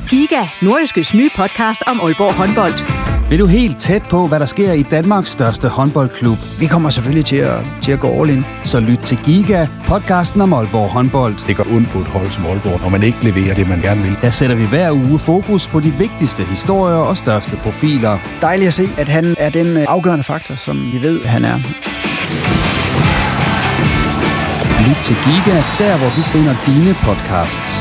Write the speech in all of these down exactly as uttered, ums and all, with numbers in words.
Giga, Nordjyskes nye podcast om Aalborg håndbold. Vil du helt tæt på, hvad der sker i Danmarks største håndboldklub? Vi kommer selvfølgelig til at, til at gå all in. Så lyt til Giga, podcasten om Aalborg håndbold. Det går ondt på et hold som Aalborg, når man ikke leverer det, man gerne vil. Der sætter vi hver uge fokus på de vigtigste historier og største profiler. Dejligt at se, at han er den afgørende faktor, som vi ved, han er. Lyt til Giga, der hvor du finder dine podcasts.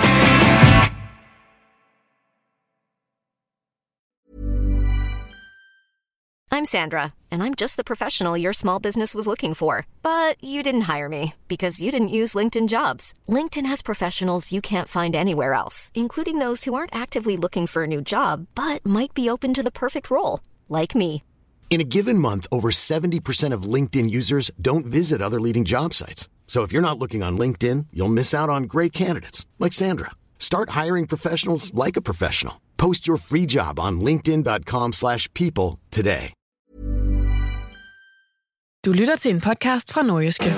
I'm Sandra, and I'm just the professional your small business was looking for. But you didn't hire me because you didn't use LinkedIn Jobs. LinkedIn has professionals you can't find anywhere else, including those who aren't actively looking for a new job, but might be open to the perfect role, like me. In a given month, over seventy percent of LinkedIn users don't visit other leading job sites. So if you're not looking on LinkedIn, you'll miss out on great candidates like Sandra. Start hiring professionals like a professional. Post your free job on linkedin dot com slash people today. Du lytter til en podcast fra Nordjyske.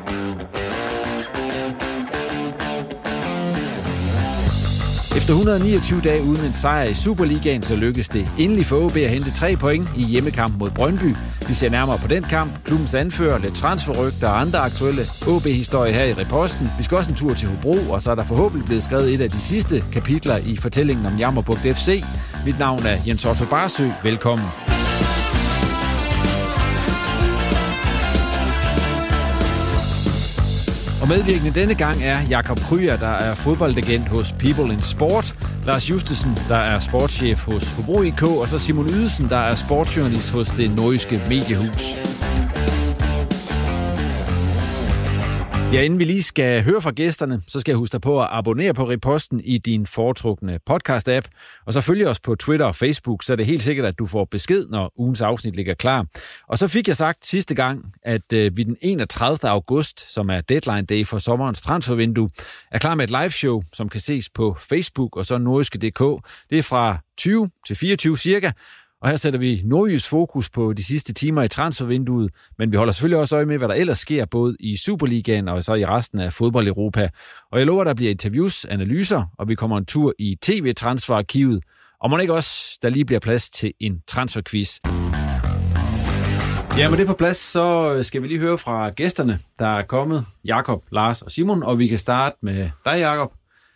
Efter et hundrede og niogtyve dage uden en sejr i Superligaen, så lykkedes det endelig for O B at hente tre point i hjemmekamp mod Brøndby. Vi ser nærmere på den kamp, klubbens anfører, lidt transferrygter og andre aktuelle O B-historier her i Reposten. Vi skal også en tur til Hobro, og så er der forhåbentlig blevet skrevet et af de sidste kapitler i fortællingen om Jammerbugt F C. Mit navn er Jens Otto Barsø. Velkommen. Og medvirkende denne gang er Jakob Kryer, der er fodboldagent hos People in Sport, Lars Justesen, der er sportschef hos Hobro I K, og så Simon Ydesen, der er sportsjournalist hos det Nordjyske Mediehus. Ja, inden vi lige skal høre fra gæsterne, så skal jeg huske dig på at abonnere på Reposten i din foretrukne podcast-app, og så følge os på Twitter og Facebook, så er det helt sikkert, at du får besked, når ugens afsnit ligger klar. Og så fik jeg sagt sidste gang, at øh, vi den enogtredivte august, som er deadline day for sommerens transfervindue, er klar med et liveshow, som kan ses på Facebook og så nordjyske punktum d k. Det er fra tyve til fireogtyve cirka. Og her sætter vi nordjysk fokus på de sidste timer i transfervinduet, men vi holder selvfølgelig også øje med, hvad der ellers sker, både i Superligaen og så i resten af fodbold-Europa. Og jeg lover, der bliver interviews, analyser, og vi kommer en tur i T V-transferarkivet. Og må ikke også, der lige bliver plads til en transferquiz. Ja, med det på plads, så skal vi lige høre fra gæsterne, der er kommet. Jakob, Lars og Simon, og vi kan starte med dig, Jakob.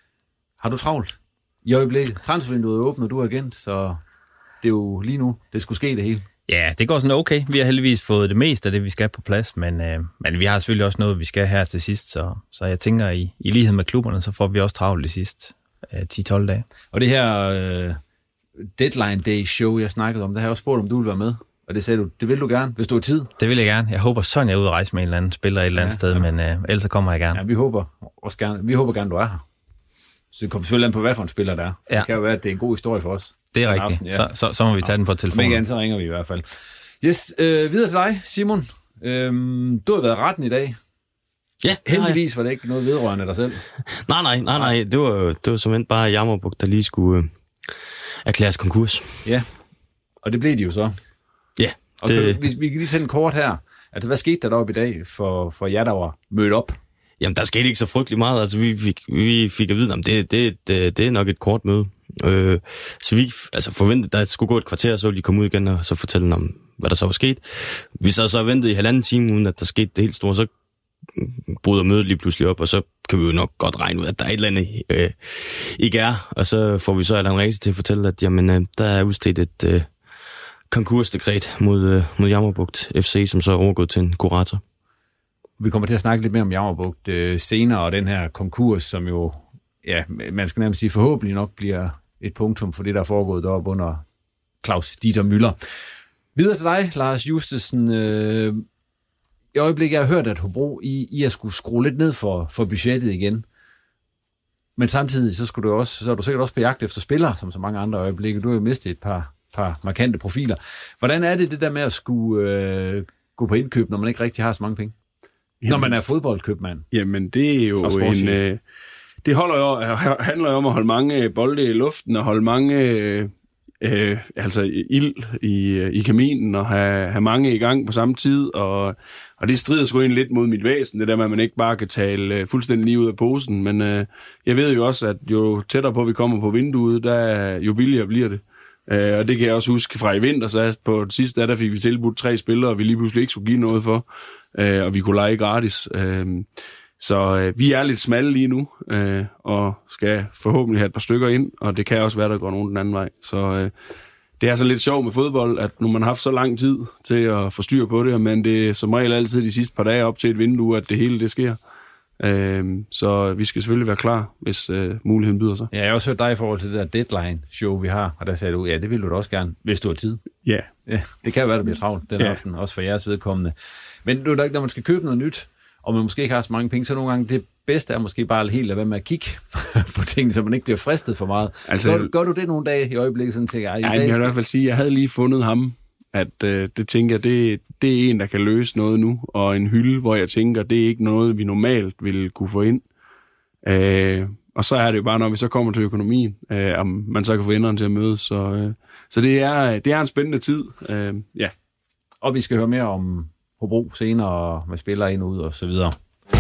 Har du travlt i øjeblikket? Transfervinduet er åbent, og du er agent, så... Det er jo lige nu, det skulle ske det hele. Ja, det går sådan okay. Vi har heldigvis fået det meste af det, vi skal på plads, men, øh, men vi har selvfølgelig også noget, vi skal her til sidst, så, så jeg tænker, i, i lighed med klubberne, så får vi også travlt de sidste øh, ti til tolv dage. Og det her øh, Deadline Day show, jeg snakkede om, der har jeg også spurgt, om du vil være med, og det sagde du, det vil du gerne, hvis du har tid. Det vil jeg gerne. Jeg håber sådan, jeg er ude at rejse med en eller anden spiller et eller andet ja, sted, ja. men øh, ellers kommer jeg gerne. Ja, vi håber også gerne, vi håber gerne, du er her. Så det kommer selvfølgelig an på, hvad for en spiller der er. Ja. Det kan jo være, at det er en god historie for os. Det er rigtigt. Aften, ja. så, så, så må vi tage den på telefonen. Om ikke andet, så ringer vi i hvert fald. Yes, øh, videre til dig, Simon. Øhm, du har været retten i dag. Ja. Heldigvis var det ikke noget vedrørende dig selv. nej, nej, nej, nej. Det var, det var simpelthen bare Jammerbugt, der lige skulle øh, erklæres konkurs. Ja, og det blev de jo så. Ja. Og det... kan du, vi, vi kan lige tage en kort her. Altså, hvad skete der deroppe i dag for, for jer, der var mødt op? Jamen, der skete ikke så frygtelig meget. Altså, vi fik, vi fik at vide, at det, det, det, det er nok et kort møde. Øh, så vi altså, forventede, at der skulle gå et kvarter, så ville de komme ud igen og så fortælle dem om, hvad der så var sket. Vi så så ventede i halvanden time, uden at der skete det helt store, så bryder mødet lige pludselig op, og så kan vi jo nok godt regne ud, at der er et eller andet øh, ikke er. Og så får vi så Allan Ræse til at fortælle, at jamen, øh, der er udstedt et øh, konkursdekret mod, øh, mod Jammerbugt F C, som så er overgået til en kurator. Vi kommer til at snakke lidt mere om Jammerbugt øh, senere, og den her konkurs, som jo, ja, man skal nærmest sige, forhåbentlig nok bliver et punktum for det, der er foregået deroppe under Claus Dieter Müller. Videre til dig, Lars Justesen. Øh, I øjeblikket har jeg hørt, at Hobro, I, I har skulle skrue lidt ned for, for budgettet igen. Men samtidig, så, skulle du også, så er du sikkert også på jagt efter spillere, som så mange andre øjeblikke. Du har jo mistet et par, par markante profiler. Hvordan er det, det der med at skulle øh, gå på indkøb, når man ikke rigtig har så mange penge? Jamen, når man er fodboldkøbmand. Jamen, det er jo en... Øh, det holder jo, handler jo om at holde mange bolde i luften, og holde mange... Øh, øh, altså ild i, i kaminen og have, have mange i gang på samme tid, og, og det strider sgu egentlig lidt mod mit væsen, det der med, at man ikke bare kan tale fuldstændig lige ud af posen, men øh, jeg ved jo også, at jo tættere på vi kommer på vinduet, der, jo billigere bliver det. Øh, og det kan jeg også huske fra i vinter, så på det sidste, der fik vi tilbudt tre spillere, og vi lige pludselig ikke skulle give noget for, øh, og vi kunne lege gratis. Øh, så øh, vi er lidt smalle lige nu, øh, og skal forhåbentlig have et par stykker ind, og det kan også være, der går nogen den anden vej. Så øh, det er så lidt sjovt med fodbold, at nu man har haft så lang tid til at få styr på det, men det er som regel altid de sidste par dage op til et vindue, at det hele det sker. Øhm, så vi skal selvfølgelig være klar, hvis øh, muligheden byder sig. Ja, jeg har også hørt dig i forhold til det der deadline-show, vi har, og der sagde du, ja, det vil du da også gerne, hvis du har tid. Ja. Ja, det kan jo være, der bliver travlt den ja. aften, også for jeres vedkommende. Men du, når man skal købe noget nyt, og man måske ikke har så mange penge, så nogle gange det bedste er måske bare helt at være med at kigge på ting, så man ikke bliver fristet for meget. Altså, gør, gør du det nogle dage i øjeblikket, sådan tænker jeg? Ja, jeg vil i hvert fald sige, at jeg havde lige fundet ham, at øh, det tænker jeg, det, det er en, der kan løse noget nu, og en hylde, hvor jeg tænker, det er ikke noget, vi normalt ville kunne få ind. Øh, og så er det jo bare, når vi så kommer til økonomien, øh, om man så kan få enderne til at mødes. Så, øh, så det, er, det er en spændende tid. Øh, ja. Og vi skal høre mere om Hobro senere, med spillere ind og ud og så videre.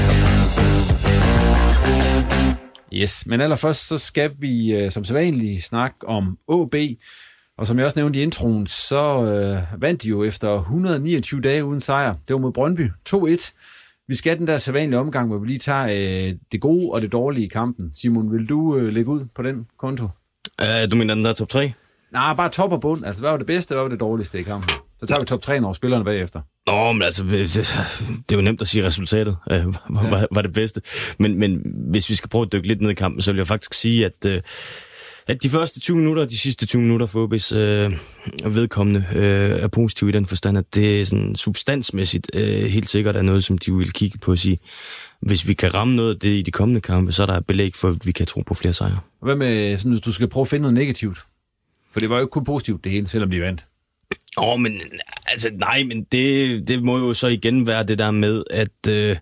Yes, men allerførst så skal vi som sædvanligt snakke om O B. Og som jeg også nævnte i introen, så øh, vandt de jo efter et hundrede og niogtyve dage uden sejr. Det var mod Brøndby to et. Vi skal den der sædvanlige omgang, hvor vi lige tager øh, det gode og det dårlige i kampen. Simon, vil du øh, lægge ud på den konto? Uh, du mener den der top tre? Nej, bare top og bund. Altså, hvad var det bedste, hvad var det dårligste i kampen? Så tager vi top tre over spillerne bagefter. Nå, men altså, det er jo nemt at sige resultatet, øh, var, ja. var det bedste. Men, men hvis vi skal prøve at dykke lidt ned i kampen, så vil jeg faktisk sige, at... Øh, at de første tyve minutter og de sidste tyve minutter for O B's øh, vedkommende øh, er positive i den forstand, at det er sådan substansmæssigt øh, helt sikkert er noget, som de vil kigge på og sige, hvis vi kan ramme noget af det i de kommende kampe, så er der belæg for, at vi kan tro på flere sejre. Hvad med, sådan, hvis du skal prøve at finde noget negativt? For det var jo ikke kun positivt det hele, selvom de vandt. Åh, oh, men altså nej, men det, det må jo så igen være det der med, at øh,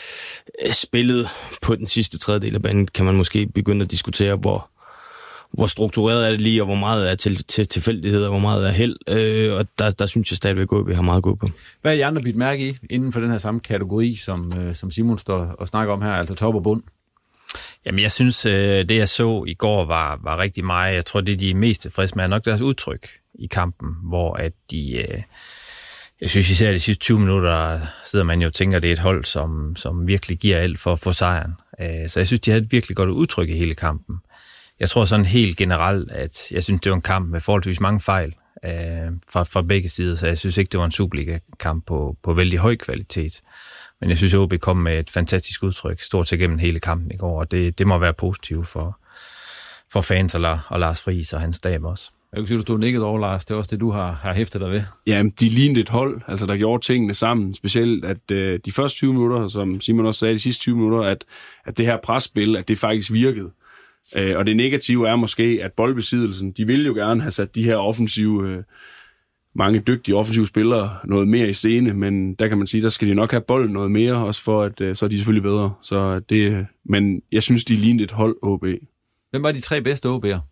spillet på den sidste tredjedel af banen, kan man måske begynde at diskutere, hvor hvor struktureret er det lige, og hvor meget er til, til tilfældigheder, og hvor meget er held. Øh, og der, der synes jeg stadigvæk, at vi har meget godt på. Hvad er I andre bidt mærke i, inden for den her samme kategori, som, øh, som Simon står og snakker om her, altså top og bund? Jamen, jeg synes, øh, det jeg så i går var, var rigtig meget. Jeg tror, det de er mest tilfredse med, er nok deres udtryk i kampen, hvor at de... Øh, jeg synes især de sidste tyve minutter sidder man jo og tænker, at det er et hold, som, som virkelig giver alt for at få sejren. Øh, så jeg synes, de havde et virkelig godt udtryk i hele kampen. Jeg tror sådan helt generelt, at jeg synes, det var en kamp med forholdsvis mange fejl øh, fra, fra begge sider, så jeg synes ikke, det var en Superliga-kamp på, på vældig høj kvalitet. Men jeg synes, at O B kom med et fantastisk udtryk, stort set gennem hele kampen i går, og det, det må være positivt for, for fans og, og Lars Friis og hans stab også. Jeg kan sige, du stod nikket over, Lars. Det er også det, du har, har hæftet dig ved. Ja, de lignede et hold, altså der gjorde tingene sammen. Specielt at øh, de første tyve minutter, som Simon også sagde, de sidste tyve minutter, at, at det her presspil, at det faktisk virkede. Øh, og det negative er måske, at boldbesiddelsen, de vil jo gerne have sat de her offensive, øh, mange dygtige offensive spillere noget mere i scene, men der kan man sige, der skal de nok have bolden noget mere, også for at øh, så er de selvfølgelig bedre. Så det, men jeg synes, de lignede et hold O B. Hvem var de tre bedste O B'er?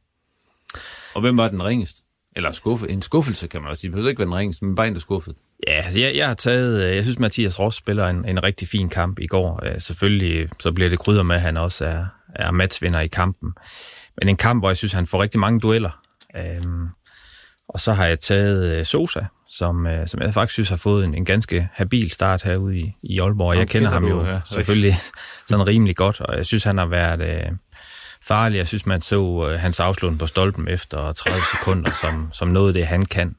Og hvem var den ringest? Eller skuffe, en skuffelse, kan man også sige. Det behøver ikke være den ringest, men bare en, der skuffet. Ja, altså jeg, jeg har taget... Jeg synes, Mathias Ross spiller en, en rigtig fin kamp i går. Uh, selvfølgelig så bliver det krydder med, at han også er, er matchvinder i kampen. Men en kamp, hvor jeg synes, han får rigtig mange dueller. Um, og så har jeg taget uh, Sosa, som, uh, som jeg faktisk synes har fået en, en ganske habil start herude i, i Aalborg. Jeg kender ham jo ja, selvfølgelig sådan rimelig godt, og jeg synes, han har været... Uh, farlig. Jeg synes, man så uh, hans afslutning på stolpen efter tredive sekunder, som, som noget det, han kan.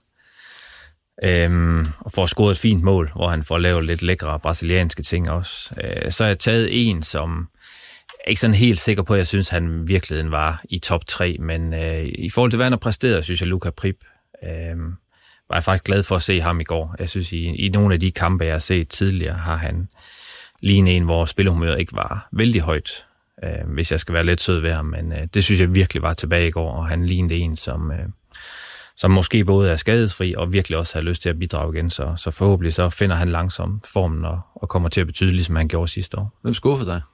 Øhm, og får scoret et fint mål, hvor han får lavet lidt lækre brasilianske ting også. Øh, så har jeg taget en, som jeg er ikke sådan helt sikker på, at jeg synes, han virkeligheden var i top tre, men øh, i forhold til, hvad han har præsteret, synes jeg, Luka Prip øh, var jeg faktisk glad for at se ham i går. Jeg synes, i, i nogle af de kampe, jeg har set tidligere, har han lignet en, hvor spillehumøret ikke var vældig højt. Øh, hvis jeg skal være lidt sød ved ham, men øh, det synes jeg virkelig var tilbage i går, og han lignede en, som, øh, som måske både er skadesfri, og virkelig også har lyst til at bidrage igen, så, så forhåbentlig så finder han langsomt formen, og, og kommer til at betyde, ligesom han gjorde sidste år. Hvem skuffede dig?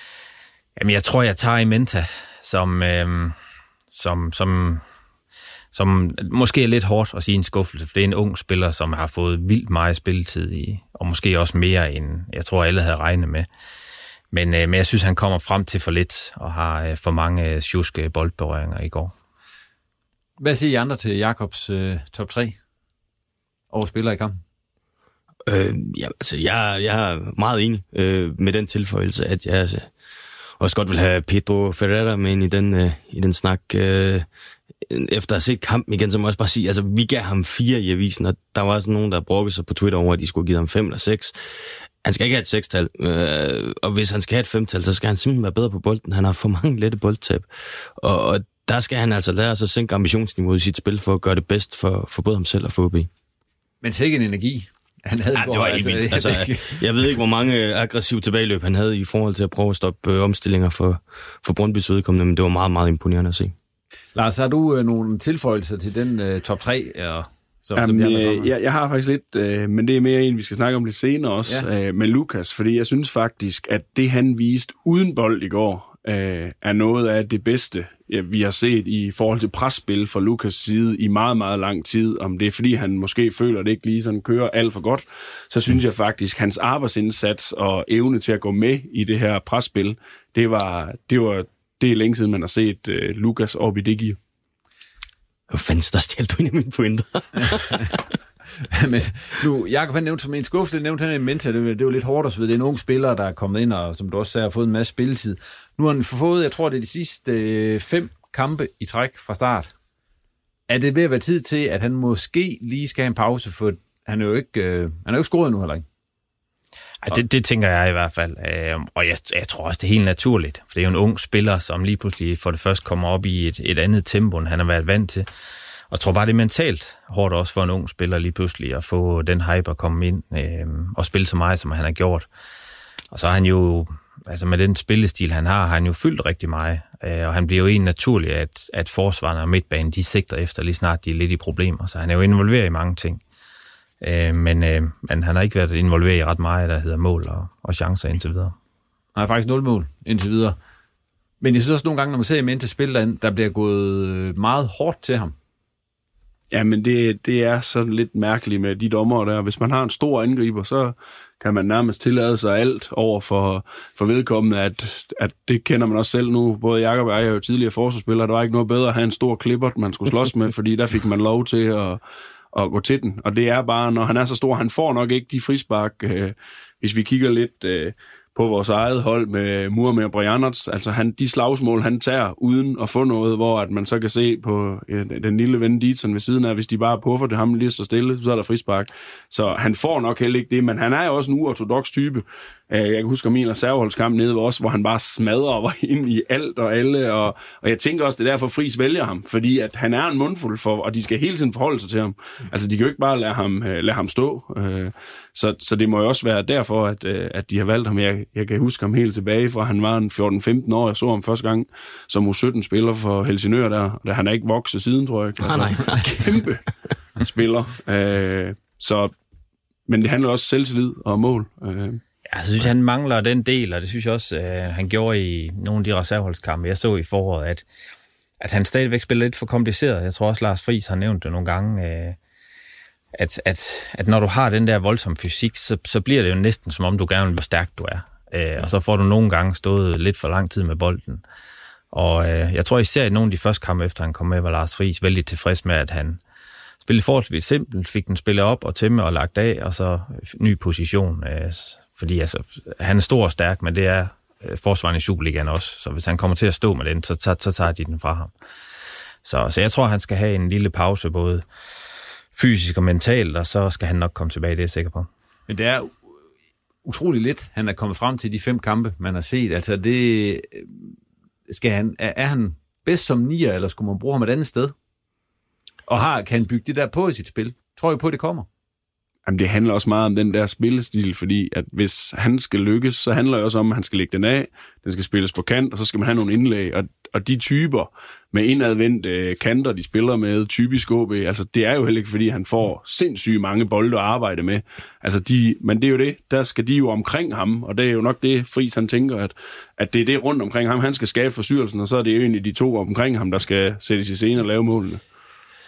Jamen, jeg tror, jeg tager Imenta, som, øh, som, som, som måske er lidt hårdt at sige en skuffelse, for det er en ung spiller, som har fået vildt meget spilletid i, og måske også mere, end jeg tror, alle havde regnet med. Men, øh, men jeg synes, han kommer frem til for lidt, og har øh, for mange sjuske boldberøringer i går. Hvad siger I andre til Jakobs øh, top tre over spillere i kampen? Øh, ja, altså, jeg, jeg er meget enig øh, med den tilføjelse, at jeg altså, også godt vil have Pedro Ferreira med ind i den, øh, i den snak. Øh, efter at have set kampen igen, så må jeg også bare sige, altså vi gav ham fire i avisen, og der var sådan nogen, der brokkede sig på Twitter over, at de skulle give ham fem eller seks. Han skal ikke have et sekstal, øh, og hvis han skal have et femtal, så skal han simpelthen være bedre på bolden. Han har for mange lette boldtab, og, og der skal han altså lære sig at sænke ambitionsniveauet i sit spil, for at gøre det bedst for, for både ham selv og for O B. Men sikke en energi. Han havde ja, det var helt vildt. Altså, jeg ved ikke, hvor mange aggressive tilbageløb han havde i forhold til at prøve at stoppe øh, omstillinger for, for Brøndbys vedkommende, men det var meget, meget imponerende at se. Lars, har du øh, nogle tilføjelser til den øh, top tre? Eller, så, Jamen, øh, jeg, jeg har faktisk lidt, øh, men det er mere en, vi skal snakke om lidt senere også, ja. øh, med Lukas, fordi jeg synes faktisk, at det han viste uden bold i går, øh, er noget af det bedste, vi har set i forhold til presspil fra Lukas' side i meget, meget lang tid. Om det er, fordi han måske føler, at det ikke lige sådan kører alt for godt, så synes jeg faktisk, at hans arbejdsindsats og evne til at gå med i det her presspil, det var, det var det er længe siden, man har set uh, Lukas op i det gear. Hvor fanden der stjælte du ind i mine pointer? Men nu, Jakob han nævnte som en skuffelse, nævnte han en Menta, det, det var lidt hårdt at svide. Det er en ung spiller, der er kommet ind, og som du også sagde, har fået en masse spilletid. Nu har han fået, jeg tror, det er de sidste øh, fem kampe i træk fra start. Er det ved at være tid til, at han måske lige skal have en pause, for han er jo ikke, øh, han er jo ikke scoret nu heller ikke? Ej, det, det tænker jeg i hvert fald, øh, og jeg, jeg tror også, det er helt naturligt, for det er jo en ung spiller, som lige pludselig for det første kommer op i et, et andet tempo, end han har været vant til. Og jeg tror bare, det er mentalt hårdt også for en ung spiller lige pludselig at få den hype at komme ind øh, og spille så meget, som han har gjort. Og så har han jo, altså med den spillestil, han har, har han jo fyldt rigtig meget. Øh, og han bliver jo en naturlig, at, at forsvarerne og midtbanen, de sigter efter lige snart, de er lidt i problemer. Så han er jo involveret i mange ting. Øh, men, øh, men han har ikke været involveret i ret meget, der hedder mål og, og chancer indtil videre. Han har faktisk nul mål indtil videre. Men jeg synes også nogle gange, når man ser ham ind til spil, der, der bliver gået meget hårdt til ham. Ja, men det, det er sådan lidt mærkeligt med de dommere der. Hvis man har en stor angriber, så kan man nærmest tillade sig alt over for, for vedkommende, at, at det kender man også selv nu. Både Jakob og jeg er jo tidligere forsvarsspillere. Der var ikke noget bedre at have en stor klipper, man skulle slås med, fordi der fik man lov til at, at gå til den. Og det er bare, når han er så stor, han får nok ikke de frispark. Øh, hvis vi kigger lidt øh, på vores eget hold med Muammer Brianerts, altså han, de slagsmål, han tager uden at få noget, hvor at man så kan se på øh, den lille ven Dietzen ved siden af, hvis de bare puffer det ham lige så stille, så er der frispark. Så han får nok heller ikke det, men han er jo også en uortodoks type. Jeg kan huske min reserveholdskamp nede også, hvor han bare smadrer og var inde i alt og alle, og, og jeg tænker også, det er derfor Friis vælger ham, fordi at han er en mundfuld for, og de skal hele tiden forholde sig til ham. Altså, de kan jo ikke bare lade ham, lade ham stå. Så, så det må jo også være derfor, at, at de har valgt ham. Jeg, jeg kan huske ham helt tilbage fra, han var en fjorten femten år. Jeg så ham første gang som U sytten spiller for Helsingør der. der han er ikke vokset siden, tror jeg. Altså, nej, nej. Kæmpe spiller. Så, men det handler også selvtillid og mål. Ja, så synes jeg, han mangler den del, og det synes jeg også, øh, han gjorde i nogle af de reserveholdskampe. Jeg så i foråret, at, at han stadigvæk spiller lidt for kompliceret. Jeg tror også, Lars Friis har nævnt det nogle gange, øh, at, at, at når du har den der voldsomme fysik, så, så bliver det jo næsten som om, du gerne vil, hvor stærk du er. Øh, og så får du nogle gange stået lidt for lang tid med bolden. Og øh, jeg tror især i nogle af de første kampe, efter han kom med, var Lars Friis vældig tilfreds med, at han spillede forholdsvis simpelt, fik den spillet op og tæmme og lagt af, og så ny position. Øh, fordi altså, han er stor og stærk, men det er øh, forsvaren i Superligaen også. Så hvis han kommer til at stå med den, så, så, så tager de den fra ham. Så, så jeg tror, han skal have en lille pause, både fysisk og mentalt, og så skal han nok komme tilbage, det er jeg sikker på. Men det er utroligt lidt, han er kommet frem til de fem kampe, man har set. Altså, det skal han, er, er han bedst som nier, eller skulle man bruge ham et andet sted? Og har, kan han bygge det der på i sit spil? Tror jeg på, at det kommer? Jamen, det handler også meget om den der spillestil, fordi at hvis han skal lykkes, så handler det også om, at han skal lægge den af, den skal spilles på kant, og så skal man have nogle indlæg, og, og de typer med indadvendte kanter, de spiller med, typisk O B, altså det er jo heller ikke, fordi han får sindssygt mange bolde at arbejde med. Altså de, men det er jo det, der skal de jo omkring ham, og det er jo nok det, Friis han tænker, at, at det er det rundt omkring ham, han skal skabe forstyrrelsen, og så er det jo egentlig de to omkring ham, der skal sættes i scene og lave målene.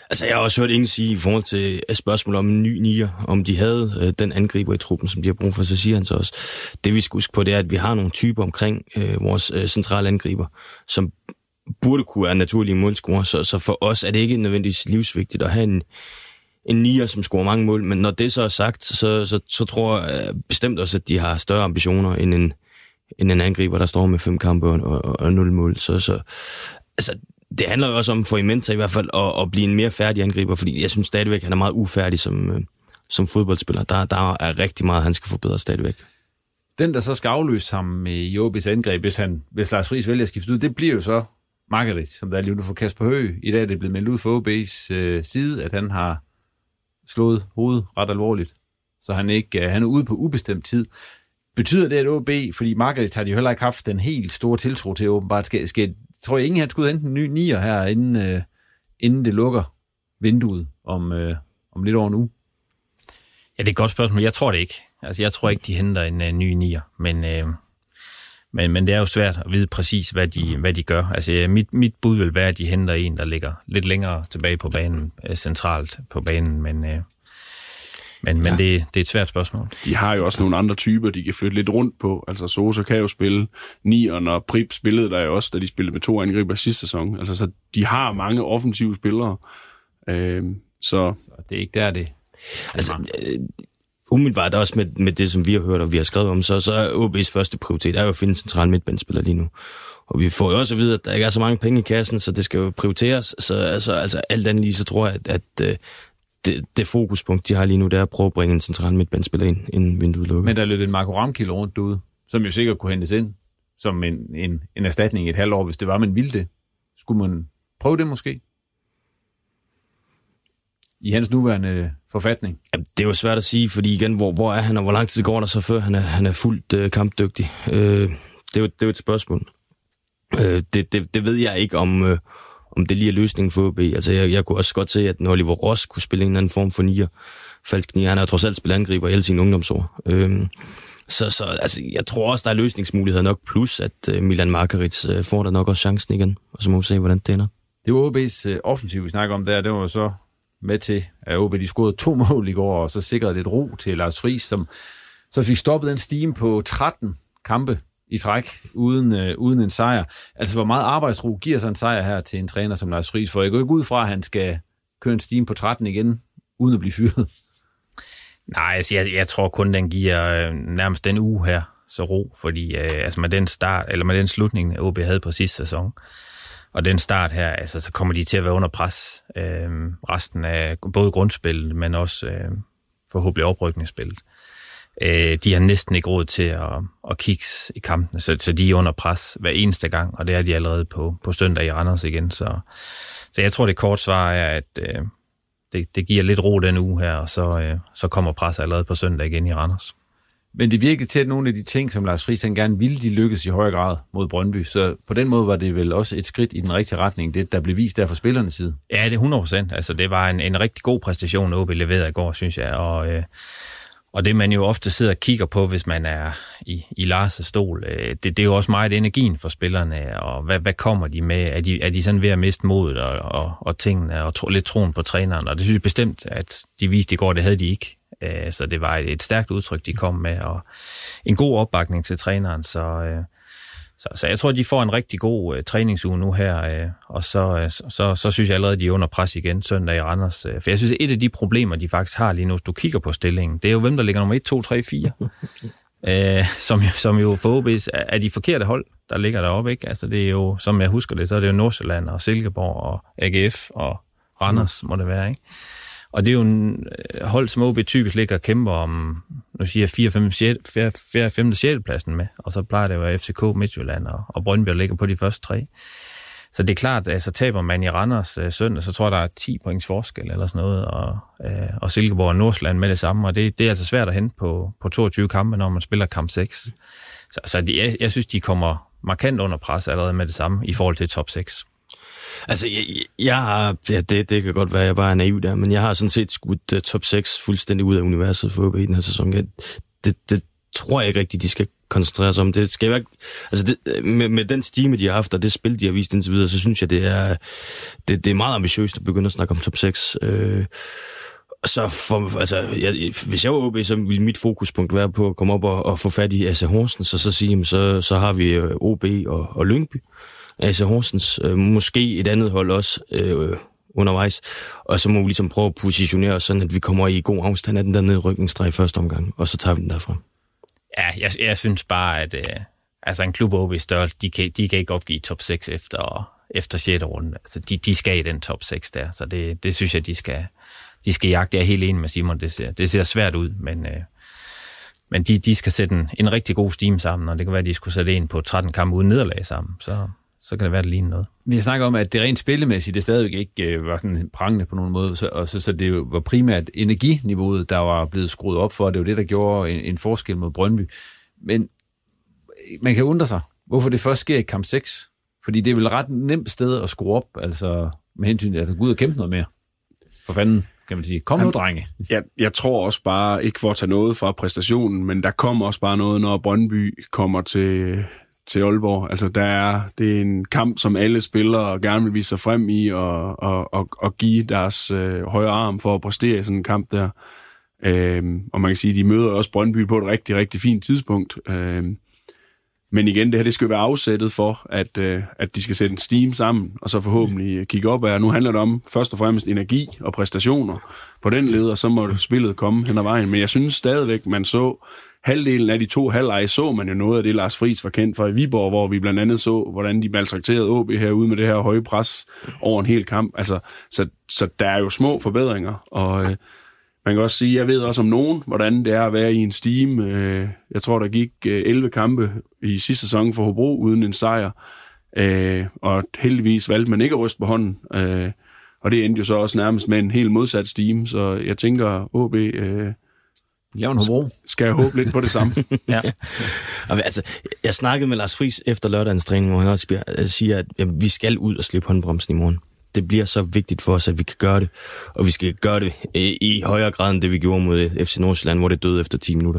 Altså, jeg har også hørt ingen sige i forhold til et spørgsmål om en ny nier, om de havde øh, den angriber i truppen, som de har brug for, så siger han så også. Det vi skal huske på, det er, at vi har nogle typer omkring øh, vores øh, centrale angriber, som burde kunne være naturlige målscorer, så, så for os er det ikke nødvendigvis livsvigtigt at have en, en nier, som scorer mange mål, men når det så er sagt, så, så, så tror jeg bestemt også, at de har større ambitioner end en, end en angriber, der står med fem kampe og, og, og nul mål. Så, så altså, det handler jo også om for Imenta i hvert fald at, at blive en mere færdig angriber, fordi jeg synes stadigvæk, at han er meget ufærdig som, som fodboldspiller. Der, der er rigtig meget, han skal forbedre stadigvæk. Den, der så skal afløse ham i O B's angreb, hvis, han, hvis Lars Friis vælger at skifte ud, det bliver jo så Margaret, som der er lige nu for Kasper Høgh. I dag er det blevet meldt ud for O B's øh, side, at han har slået hovedet ret alvorligt, så han, ikke, øh, han er ude på ubestemt tid. Betyder det, at O B, fordi Margaret har de jo heller ikke haft den helt store tiltro til åbenbart, skal, skal, tror jeg ingen, han skulle hente en ny nier her, inden, øh, inden det lukker vinduet om, øh, om lidt over en uge? Ja, det er et godt spørgsmål. Jeg tror det ikke. Altså, jeg tror ikke, de henter en uh, ny nier, men, uh, men, men det er jo svært at vide præcis, hvad de, hvad de gør. Altså, mit, mit bud vil være, at de henter en, der ligger lidt længere tilbage på banen, uh, centralt på banen, men, uh, men, men ja. det, det er et svært spørgsmål. De har jo også nogle andre typer, de kan flytte lidt rundt på. Altså, Sosa kan jo spille nieren, og Prip spillede der jo også, da de spillede med to angriber sidste sæson. Altså, så de har mange offensive spillere, uh, så... så det er ikke der, det... Altså, øh, umiddelbart også med, med det, som vi har hørt, og vi har skrevet om, så, så er O B's første prioritet er jo at finde en central midtbanespiller lige nu. Og vi får jo også at vide, at der ikke er så mange penge i kassen, så det skal jo prioriteres. Så altså, altså alt andet lige, så tror jeg, at, at, at det, det fokuspunkt, de har lige nu, det er at prøve at bringe en central midtbanespiller ind, inden vinduet lukker. Men der er løbet en Marco Ramkild rundt derude, som jo sikkert kunne hentes ind som en, en, en erstatning i et halvt år, hvis det var, man ville det. Skulle man prøve det måske? I hans nuværende forfatning? Ja, det er jo svært at sige, fordi igen, hvor, hvor er han, og hvor lang tid går der så før, han er, han er fuldt øh, kampdygtig. Øh, det, er jo, det er jo et spørgsmål. Øh, det, det, det ved jeg ikke, om, øh, om det lige er løsningen for O B. Altså, jeg, jeg kunne også godt se, at når Oliver Ross kunne spille en eller anden form for nier, falsk nier, han har jo trods alt spillet angriber i alle sine ungdomsår. Øh, så så altså, jeg tror også, der er løsningsmuligheder nok, plus at øh, Milan Margarit øh, får der nok også chancen igen, og så må vi se, hvordan det ender. Det var O B's øh, offensiv, vi snakker om der, det var så med til, at O B de scorede to mål i går, og så sikrede lidt ro til Lars Friis, som så fik stoppet en stime på tretten kampe i træk, uden, øh, uden en sejr. Altså, hvor meget arbejdsro giver så en sejr her til en træner som Lars Friis? For jeg går ikke ud fra, at han skal køre en stime på tretten igen, uden at blive fyret. Nej, altså, jeg, jeg tror kun, den giver øh, nærmest den uge her så ro, fordi øh, altså med den start, eller med den slutning, O B havde på sidste sæson, og den start her, altså, så kommer de til at være under pres øh, resten af både grundspillet, men også øh, forhåbentlig oprykningsspillet. Øh, de har næsten ikke råd til at, at kigge i kampene, så, så de er under pres hver eneste gang, og det er de allerede på, på søndag i Randers igen. Så, så jeg tror, det kort svar er, at øh, det, det giver lidt ro den uge her, og så, øh, så kommer pres allerede på søndag igen i Randers. Men det virkede til, at nogle af de ting, som Lars Friis han gerne ville, de lykkes i højere grad mod Brøndby. Så på den måde var det vel også et skridt i den rigtige retning, det der blev vist der fra spillernes side. Ja, det er hundrede procent. Altså, det var en, en rigtig god præstation, O B leverede i går, synes jeg. Og, øh, og det, man jo ofte sidder og kigger på, hvis man er i, i Lars' stol, øh, det, det er jo også meget energien for spillerne, og hvad, hvad kommer de med? Er de, er de sådan ved at miste modet og, og, og tingene, og tro, lidt troen på træneren? Og det synes jeg bestemt, at de viste i går, det havde de ikke. Så det var et stærkt udtryk, de kom med, og en god opbakning til træneren. Så, så, så jeg tror, de får en rigtig god uh, træningsuge nu her, uh, og så, uh, så, så synes jeg allerede, de er under pres igen søndag i Randers. Uh, for jeg synes, et af de problemer, de faktisk har lige nu, hvis du kigger på stillingen, det er jo, hvem der ligger nummer et, to, tre, fire. uh, som, som jo for O B's er de forkerte hold, der ligger deroppe, ikke? Altså det er jo, som jeg husker det, så er det jo Nordsjælland og Silkeborg og A G F og Randers, må det være, ikke? Og det er jo en hold, som O B typisk ligger og kæmper om, nu siger jeg, fire femte sjette pladsen med, og så plejer det jo at F C K, Midtjylland og, og Brøndby ligger på de første tre. Så det er klart, at så taber man i Randers øh, søndag, så tror jeg, der er ti points forskel eller sådan noget, og, øh, og Silkeborg og Nordsjælland med det samme, og det, det er altså svært at hente på, på toogtyve kampe, når man spiller kamp seks. Så, så de, jeg, jeg synes, de kommer markant under pres allerede med det samme i forhold til top seks. Altså, jeg, jeg har, ja, det, det kan godt være, at jeg bare er naiv der, men jeg har sådan set skudt uh, top seks fuldstændig ud af universet for O B i den her sæson. Jeg, det, det tror jeg ikke rigtigt, de skal koncentrere sig om. Det skal være, altså det, med, med den stime, de har haft, og det spil, de har vist indtil videre, så synes jeg, det er, det, det er meget ambitiøst at begynde at snakke om top seks. Øh, så for, altså, jeg, hvis jeg var O B, så ville mit fokuspunkt være på at komme op og, og få fat i A C Horsens, og så sige, så, så har vi O B og, og Lyngby. A C Horsens, øh, måske et andet hold også øh, undervejs, og så må vi ligesom prøve at positionere os sådan, at vi kommer i god afstand af den der nedrykningsstreg i første omgang, og så tager vi den derfra. Ja, jeg, jeg synes bare, at øh, altså en klub O B størrelse, de kan, de kan ikke opgive top seks efter, efter sjette runde. Altså, de, de skal i den top seks der, så det, det synes jeg, de skal, de skal jagte. Jeg er helt enig med Simon, det ser, det ser svært ud, men, øh, men de, de skal sætte en, en rigtig god stime sammen, og det kan være, at de skulle sætte en på tretten kampe uden nederlag sammen, så, så kan det være, det lignende noget. Vi har snakket om, at det rent spillemæssigt, det stadigvæk ikke øh, var sådan prangende på nogen måde, så, og så, så det var primært energiniveauet, der var blevet skruet op for, det var det, der gjorde en, en forskel mod Brøndby. Men man kan undre sig, hvorfor det først sker i kamp seks, fordi det er vel et ret nemt sted at skrue op, altså med hensyn til at gå ud og kæmpe noget mere. For fanden, kan man sige. Kom nu, drenge. Jeg, jeg tror også bare, ikke for at tage noget fra præstationen, men der kommer også bare noget, når Brøndby kommer til... til Aalborg. Altså, der er, det er en kamp, som alle spillere gerne vil vise sig frem i og, og, og, og give deres øh, højre arm for at præstere i sådan en kamp der. Øhm, og man kan sige, at de møder også Brøndby på et rigtig, rigtig fint tidspunkt. Øhm, men igen, det her, det skal jo være afsættet for, at, øh, at de skal sætte en steam sammen, og så forhåbentlig kigge op af. Nu handler det om først og fremmest energi og præstationer på den led, og så må spillet komme hen ad vejen. Men jeg synes stadigvæk, man så halvdelen af de to halvleje så man jo noget af det, Lars Friis var kendt for i Viborg, hvor vi blandt andet så, hvordan de maltrakterede O B herude med det her høje pres over en hel kamp. Altså, så, så der er jo små forbedringer, og øh, man kan også sige, jeg ved også om nogen, hvordan det er at være i en steam. Øh, jeg tror, der gik øh, elleve kampe i sidste sæson for Hobro uden en sejr, øh, og heldigvis valgte man ikke at ryste på hånden. Øh, og det endte jo så også nærmest med en helt modsat steam, så jeg tænker, O B... Øh, skal jeg håbe lidt på det samme. Ja. Altså, jeg snakkede med Lars Friis efter lørdagens træning, hvor han også siger, at jamen, vi skal ud og slippe håndbremsen i morgen. Det bliver så vigtigt for os, at vi kan gøre det, og vi skal gøre det i højere grad end det, vi gjorde mod F C Nordsjælland, hvor det døde efter ti minutter.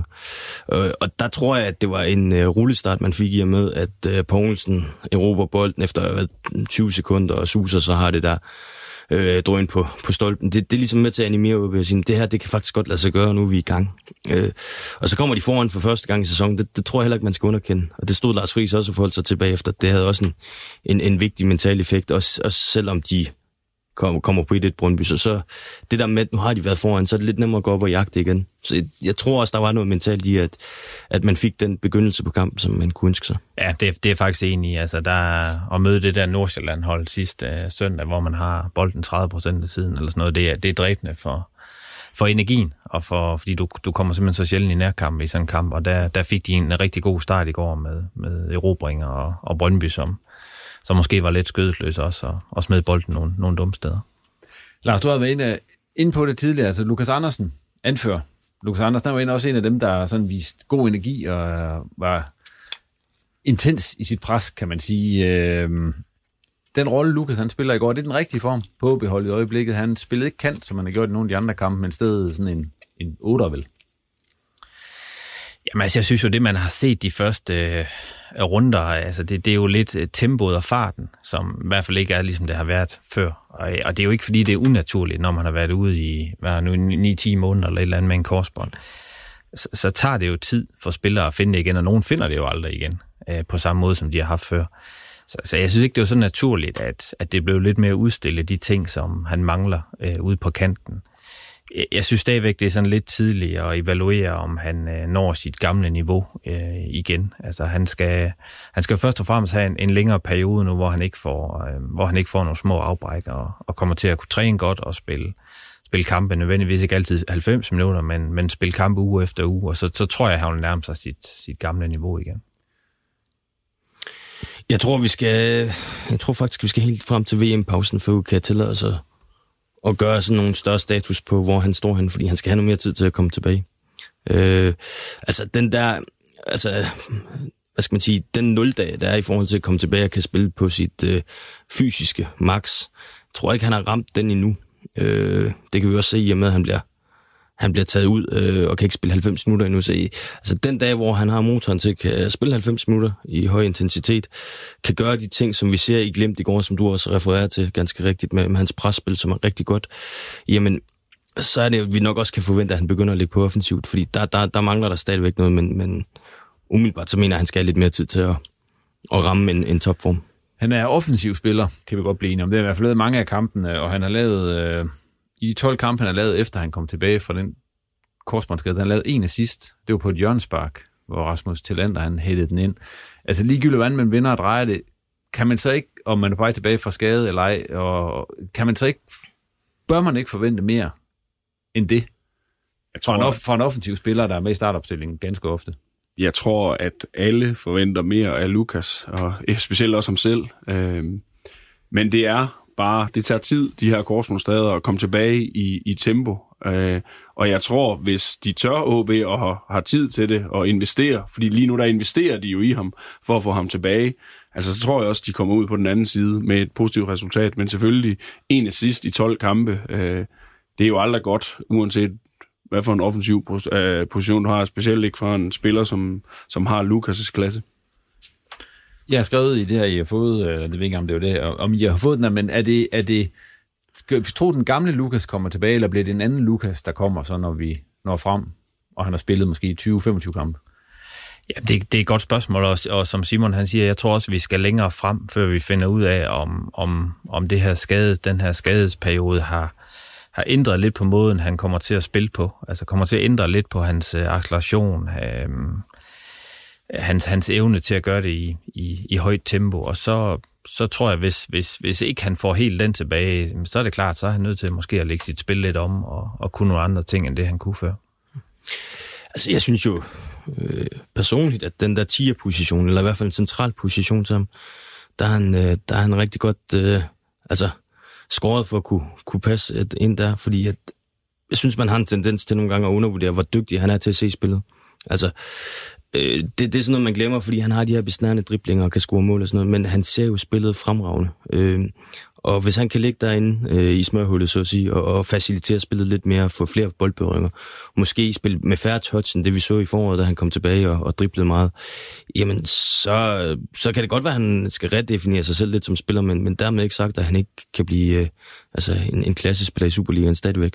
Og der tror jeg, at det var en rullestart, man fik i og med, at Poulsen erobrer bolden efter tyve sekunder og suser, så har det der øh, drøn på, på stolpen. Det, det er ligesom med til at animere ud og sige, det her, det kan faktisk godt lade sig gøre, nu er vi i gang. Øh, og så kommer de foran for første gang i sæsonen. Det, det tror jeg heller ikke, man skal underkende. Og det stod Lars Friis også og forholdt sig tilbage efter. Det havde også en, en, en vigtig mental effekt, også, også selvom de kommer, kommer på et et Brøndby. Så, så det der med, at nu har de været foran, så er det lidt nemmere at gå op og jagte igen. Så jeg, jeg tror også, der var noget mentalt i, at, at man fik den begyndelse på kampen, som man kunne ønske sig. Ja, det, det er faktisk enig i. Altså, der, at møde det der Nordsjælland-hold sidste uh, søndag, hvor man har bolden tredive procent af tiden, eller sådan noget, det er, det er dræbende for, for energien, og for, fordi du, du kommer simpelthen så sjældent i nærkamp i sådan en kamp, og der, der fik de en rigtig god start i går med, med erobringer og, og Brøndby, som, som måske var lidt skødesløs også, og, og smed bolden nogle, nogle dumme steder. Lars, du har været inde, inde på det tidligere, altså Lukas Andersen, anfører. Lukas Andersen var også en af dem, der sådan viste god energi og var intens i sit pres, kan man sige. Den rolle, Lukas han spiller i går, det er den rigtige form på O B-holdet i øjeblikket. Han spillede ikke kant, som han har gjort i nogle af de andre kampe, men i stedet sådan en, en otter, vel? Jamen altså, jeg synes jo, det man har set de første øh, runder, altså det, det er jo lidt tempoet og farten, som i hvert fald ikke er, ligesom det har været før. Og, og det er jo ikke, fordi det er unaturligt, når man har været ude i hvad, nu, ni til ti måneder eller et eller andet med en korsbånd. Så, så tager det jo tid for spillere at finde det igen, og nogen finder det jo aldrig igen, øh, på samme måde, som de har haft før. Så, så jeg synes ikke, det var så naturligt, at, at det blev lidt mere udstillet, de ting, som han mangler øh, ude på kanten. Jeg synes stadigvæk, det er sådan lidt tidligt at evaluere, om han øh, når sit gamle niveau øh, igen. Altså han skal, han skal først og fremmest have en, en længere periode nu, hvor han ikke får, øh, hvor han ikke får nogle små afbræk og, og kommer til at kunne træne godt og spille, spille kampe. Nødvendigvis ikke altid halvfems minutter, men, men spille kampe uge efter uge. Og så, så tror jeg, at han vil nærme sig sit, sit gamle niveau igen. Jeg tror, vi skal, jeg tror faktisk, vi skal helt frem til V M-pausen, før vi kan tillade os at og gøre sådan nogle større status på, hvor han står hen, fordi han skal have noget mere tid til at komme tilbage. Øh, altså den der, altså, hvad skal man sige, den nul-dag, der er i forhold til at komme tilbage og kan spille på sit øh, fysiske max, tror jeg ikke, han har ramt den endnu. Øh, det kan vi også se i og med, at han bliver han bliver taget ud øh, og kan ikke spille halvfems minutter endnu. Så i, altså den dag, hvor han har motoren til at spille halvfems minutter i høj intensitet, kan gøre de ting, som vi ser i Glimt i går, som du også refererer til ganske rigtigt, med, med hans presspil, som er rigtig godt, jamen, så er det, at vi nok også kan forvente, at han begynder at ligge på offensivt, fordi der, der, der mangler der stadigvæk noget, men, men umiddelbart så mener jeg, at han skal have lidt mere tid til at, at ramme en, en topform. Han er offensiv spiller, kan vi godt blive enige om. Det har i hvert fald lavet mange af kampene, og han har lavet, øh, i de tolv kampe, han har lavet, efter han kom tilbage fra den korsbåndsskade, han har lavet en assist. Det var på et hjørnespark, hvor Rasmus Tillander, han hættede den ind. Altså ligegyldigt, hvordan man vinder og drejer det, kan man så ikke, om man er på vej tilbage fra skade eller ej, og kan man så ikke, bør man ikke forvente mere end det? Jeg tror, for, en, for en offensiv spiller, der er med i startopstillingen ganske ofte. Jeg tror, at alle forventer mere af Lukas, og specielt også ham selv. Men det er bare, det tager tid, de her korsbåndsskader, at komme tilbage i, i tempo. Og jeg tror, hvis de tør O B og har, har tid til det og investere, fordi lige nu der investerer de jo i ham for at få ham tilbage, altså så tror jeg også, de kommer ud på den anden side med et positivt resultat. Men selvfølgelig en assist i tolv kampe, det er jo aldrig godt, uanset hvad for en offensiv position du har, specielt ikke fra en spiller, som, som har Lukas' klasse. Jeg har skrevet i det her, I har fået, det ved ikke, om det var det, om I har fået den, men er det, er det, skal vi tro, den gamle Lukas kommer tilbage, eller bliver det en anden Lukas, der kommer, så når vi når frem, og han har spillet måske tyve til femogtyve kampe? Ja, det, det er et godt spørgsmål, og, og som Simon han siger, jeg tror også, vi skal længere frem, før vi finder ud af, om, om, om det her skade, den her skadesperiode har, har ændret lidt på måden, han kommer til at spille på. Altså kommer til at ændre lidt på hans øh, acceleration, øh, hans, hans evne til at gøre det i, i, i højt tempo. Og så, så tror jeg, hvis, hvis, hvis ikke han får helt den tilbage, så er det klart, så er han nødt til måske at lægge sit spil lidt om og, og kunne nogle andre ting, end det han kunne før. Altså jeg synes jo øh, personligt, at den der tier-position, eller i hvert fald en central position til ham, der er han, øh, der er han rigtig godt... Øh, altså skåret for at kunne, kunne passe ind der, fordi at, jeg synes, man har en tendens til nogle gange at undervurdere, hvor dygtig han er til at se spillet. Altså, øh, det, det er sådan noget, man glemmer, fordi han har de her besnærende driblinger og kan score mål og sådan noget, men han ser jo spillet fremragende. Øh, og hvis han kan ligge derinde øh, i smørhullet, så at sige, og, og facilitere spillet lidt mere, få flere boldberøringer, måske spille med færre touch, end det vi så i foråret, da han kom tilbage og, og driblede meget, jamen så, så kan det godt være, at han skal redefinere sig selv lidt som spiller, men, men dermed ikke sagt, at han ikke kan blive øh, altså en, en klassespiller i Superligaen stadigvæk.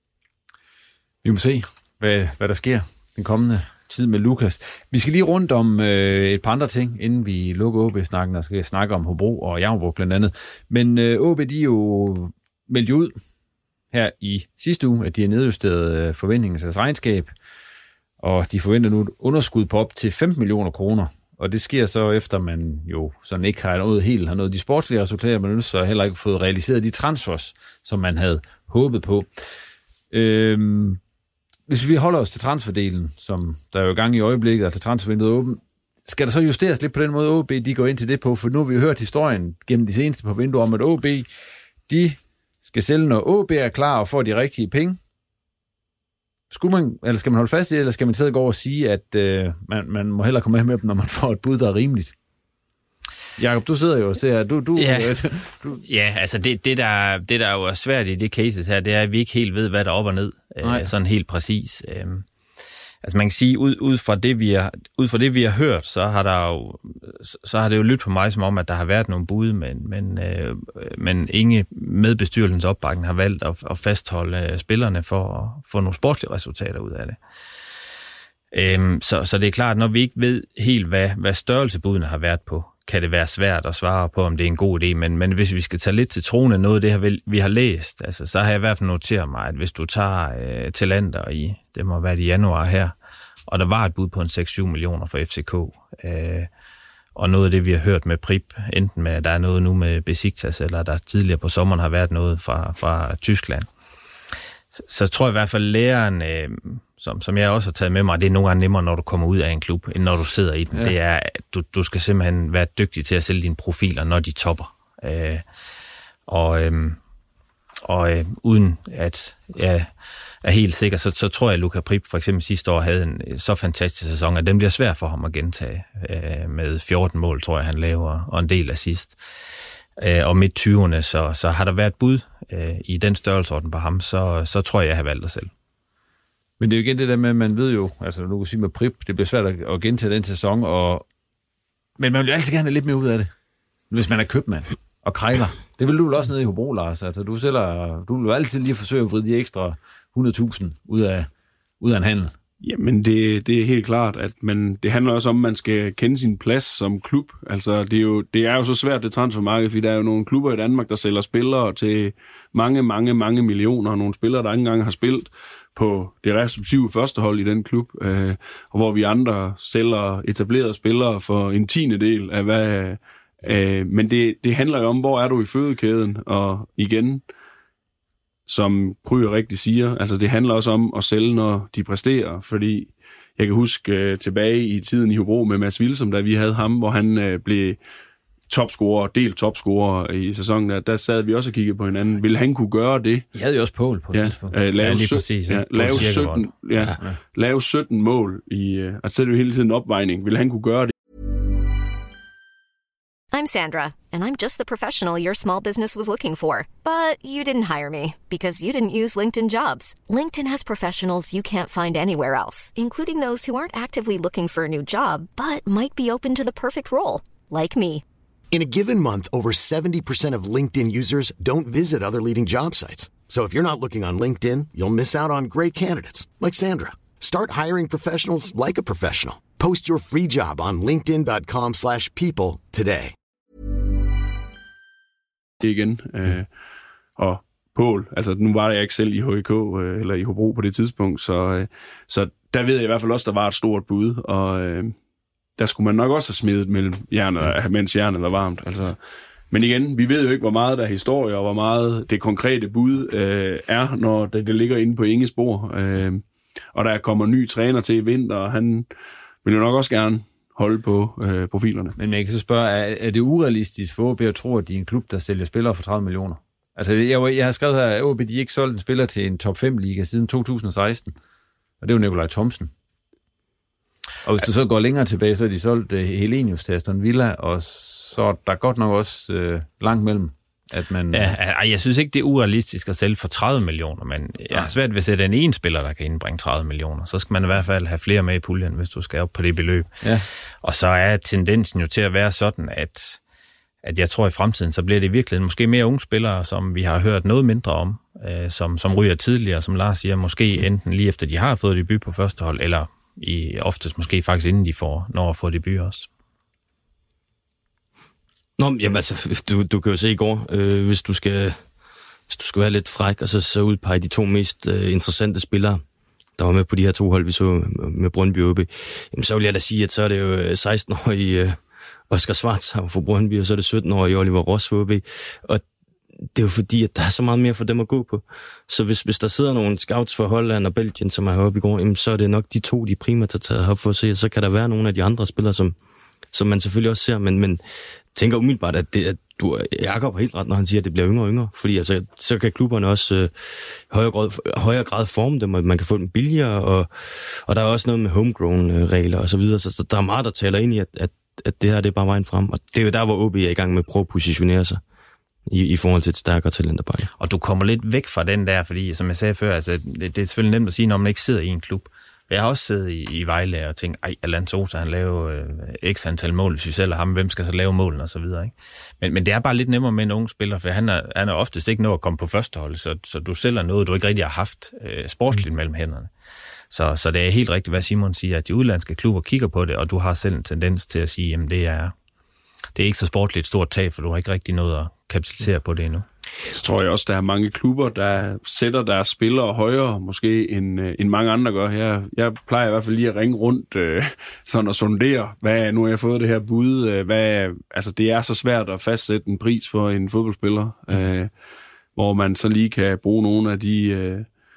Vi må se, hvad, hvad der sker den kommende tid med Lukas. Vi skal lige rundt om øh, et par andre ting, inden vi lukker O B-snakken, og skal snakke om Hobro og Jammerbugt blandt andet. Men øh, O B, de er jo meldt ud her i sidste uge, at de har nedjusteret øh, forventningen til deres regnskab, og de forventer nu et underskud på op til femten millioner kroner. Og det sker så efter, man jo sådan ikke har noget helt, har noget de sportslige resultater, men så heller ikke fået realiseret de transfers, som man havde håbet på. Øhm, Hvis vi holder os til transferdelen, som der er jo i gang i øjeblikket, altså transfervinduet åbent, skal der så justeres lidt på den måde, O B de går ind til det på? For nu har vi jo hørt historien gennem de seneste par vinduer om, at O B de skal sælge, når O B er klar og får de rigtige penge. Skulle man, eller skal man holde fast i det, eller skal man sidde og gå over og sige, at øh, man, man må hellere komme med dem, når man får et bud, der er rimeligt? Jakob, du sidder jo og ser, du... du, ja. du ja, altså det, det, der, det, der jo er svært i det cases her, det er, at vi ikke helt ved, hvad der er op og ned. Øh, sådan helt præcis. Øh, altså man kan sige, ud, ud, fra det, vi har, ud fra det, vi har hørt, så har, der jo, så har det jo lyttet på mig som om, at der har været nogle bud, men, men, øh, men ingen med bestyrelsens opbakning har valgt at, at fastholde spillerne for at få nogle sportslige resultater ud af det. Øh, så, så det er klart, når vi ikke ved helt, hvad, hvad størrelsebudene har været på, kan det være svært at svare på, om det er en god idé, men, men hvis vi skal tage lidt til troende noget af det, her, vi har læst, altså, så har jeg i hvert fald noteret mig, at hvis du tager øh, Tillander i, det må være i januar her, og der var et bud på en seks til syv millioner for F C K, øh, og noget af det, vi har hørt med Prip, enten med, at der er noget nu med Besiktas, eller der tidligere på sommeren har været noget fra, fra Tyskland, så, så tror jeg i hvert fald, læreren... Øh, Som, som jeg også har taget med mig, det er nogle gange nemmere, når du kommer ud af en klub, end når du sidder i den. Ja. Det er, du, du skal simpelthen være dygtig til at sælge dine profiler, når de topper. Øh, og øh, og øh, uden at jeg er helt sikker, så, så tror jeg, at Luka Prip for eksempel sidste år havde en så fantastisk sæson, at den bliver svær for ham at gentage. Øh, med fjorten mål, tror jeg, han laver, og en del assist. Øh, og midt tyverne, så, så har der været bud øh, i den størrelsesorden på ham, så, så tror jeg, jeg har valgt det selv. Men det er jo igen det der med, at man ved jo, altså nu kan sige med Prip, det bliver svært at gentage den sæson, og... men man vil jo altid gerne have lidt mere ud af det, hvis man er købmand og krejler. Det vil du vel også nede i Hobro, Lars. Altså, du, sælger, du vil jo altid lige forsøge at vride de ekstra hundrede tusind ud af, ud af en handel. Jamen, det, det er helt klart, at man, det handler også om, at man skal kende sin plads som klub. Altså, det er jo, det er jo så svært, det transfermarked, fordi der er jo nogle klubber i Danmark, der sælger spillere til mange, mange, mange millioner, og nogle spillere, der ikke engang har spillet på det respektive første hold i den klub, øh, og hvor vi andre sælger etablerede spillere for en tiende del af hvad... Øh, men det, det handler jo om, hvor er du i fødekæden, og igen, som Kryer rigtig siger, altså det handler også om at sælge, når de præsterer, fordi jeg kan huske uh, tilbage i tiden i Hobro med Mads Vilsom, da vi havde ham, hvor han uh, blev topscorer, delt topscorer i sæsonen, der, der sad vi også og kiggede på hinanden. Ville han kunne gøre det? Jeg havde jo også Poul på et ja, tidspunkt. Uh, lave, ja, lige sø- præcis, ja. Ja, lave, sytten, ja, ja. lave sytten mål, i, uh, altså det er jo hele tiden en opvejning. Ville han kunne gøre det? I'm Sandra, and I'm just the professional your small business was looking for. But you didn't hire me because you didn't use LinkedIn Jobs. LinkedIn has professionals you can't find anywhere else, including those who aren't actively looking for a new job, but might be open to the perfect role, like me. In a given month, over seventy percent of LinkedIn users don't visit other leading job sites. So if you're not looking on LinkedIn, you'll miss out on great candidates like Sandra. Start hiring professionals like a professional. Post your free job on linkedin dot com slash people today. Igen. Øh, og Poul, altså nu var jeg ikke selv i H I K øh, eller i Hobro på det tidspunkt, så, øh, så der ved jeg i hvert fald også, der var et stort bud, og øh, der skulle man nok også have smidt mellem jernet, mens jernet var varmt. Altså, men igen, vi ved jo ikke, hvor meget der er historie, og hvor meget det konkrete bud øh, er, når det, det ligger inde på Inges bord. Øh, og der kommer ny træner til i vinter, og han vil jo nok også gerne holde på øh, profilerne. Men jeg kan så spørge, er, er det urealistisk for O B at tro, at de er en klub, der sælger spillere for tredive millioner? Altså, jeg, jeg har skrevet her, at O B de ikke solgt en spiller til en top fem liga siden to tusind og seksten, og det er jo Nikolaj Thomsen. Og hvis du så går længere tilbage, så er de solgt uh, Helenius til Aston Villa, og så er der godt nok også uh, langt mellem, at man... Ja, jeg synes ikke, det er urealistisk at sælge for tredive millioner, men jeg har svært ved at sætte en en spiller, der kan indbringe tredive millioner. Så skal man i hvert fald have flere med i puljen, hvis du skal op på det beløb. Ja. Og så er tendensen jo til at være sådan, at, at jeg tror i fremtiden, så bliver det virkelig måske mere unge spillere, som vi har hørt noget mindre om, øh, som, som ryger tidligere, som Lars siger, måske enten lige efter de har fået debut på første hold, eller i oftest måske faktisk inden de får, når at få debut også. Nå, jamen altså, du, du kan jo se i går, øh, hvis du skal hvis du skal være lidt fræk, og så, så udpege de to mest øh, interessante spillere, der var med på de her to hold, vi så med Brøndby og O B, jamen så vil jeg da sige, at så er det jo seksten-årige øh, Oscar Schwarz for Brøndby, og så er det sytten-årige Oliver Ross for O B, og det er jo fordi, at der er så meget mere for dem at gå på. Så hvis, hvis der sidder nogle scouts for Holland og Belgien, som er heroppe i går, jamen, så er det nok de to, de primært har taget op for at se, og så kan der være nogle af de andre spillere, som, som man selvfølgelig også ser, men, men tænker umiddelbart, at, det, at du, Jakob har helt ret, når han siger, at det bliver yngre og yngre, fordi altså, så kan klubberne også øh, højere, grad, højere grad forme dem, og man kan få dem billigere, og, og der er også noget med homegrown-regler og så videre, så, så der er meget, der taler ind i, at, at, at det her det er bare vejen frem, og det er jo der, hvor O B er i gang med at prøve at positionere sig i, i forhold til et stærkere talenterpakke. Og du kommer lidt væk fra den der, fordi som jeg sagde før, altså, det, det er selvfølgelig nemt at sige, når man ikke sidder i en klub. Jeg har også siddet i, i Vejle og tænkt, ej, Allan Sosa, han laver øh, x antal mål, hvis vi sælger ham, hvem skal så lave målene og så videre, ikke? Men, men det er bare lidt nemmere med en ung spiller, for han er, han er oftest ikke nået at komme på førstehold, så, så du sælger noget, du ikke rigtig har haft øh, sportsligt mellem hænderne. Så, så det er helt rigtigt, hvad Simon siger, at de udlandske klubber kigger på det, og du har selv en tendens til at sige, jamen det er, det er ikke så sportligt stort tab, for du har ikke rigtig noget at kapitalisere på det endnu. Så tror jeg også, der er mange klubber, der sætter deres spillere højere, måske end, end mange andre gør her. Jeg plejer i hvert fald lige at ringe rundt øh, sådan og sondere, hvad nu har jeg fået det her bud. Hvad, altså det er så svært at fastsætte en pris for en fodboldspiller, øh, hvor man så lige kan bruge nogle af de... Øh,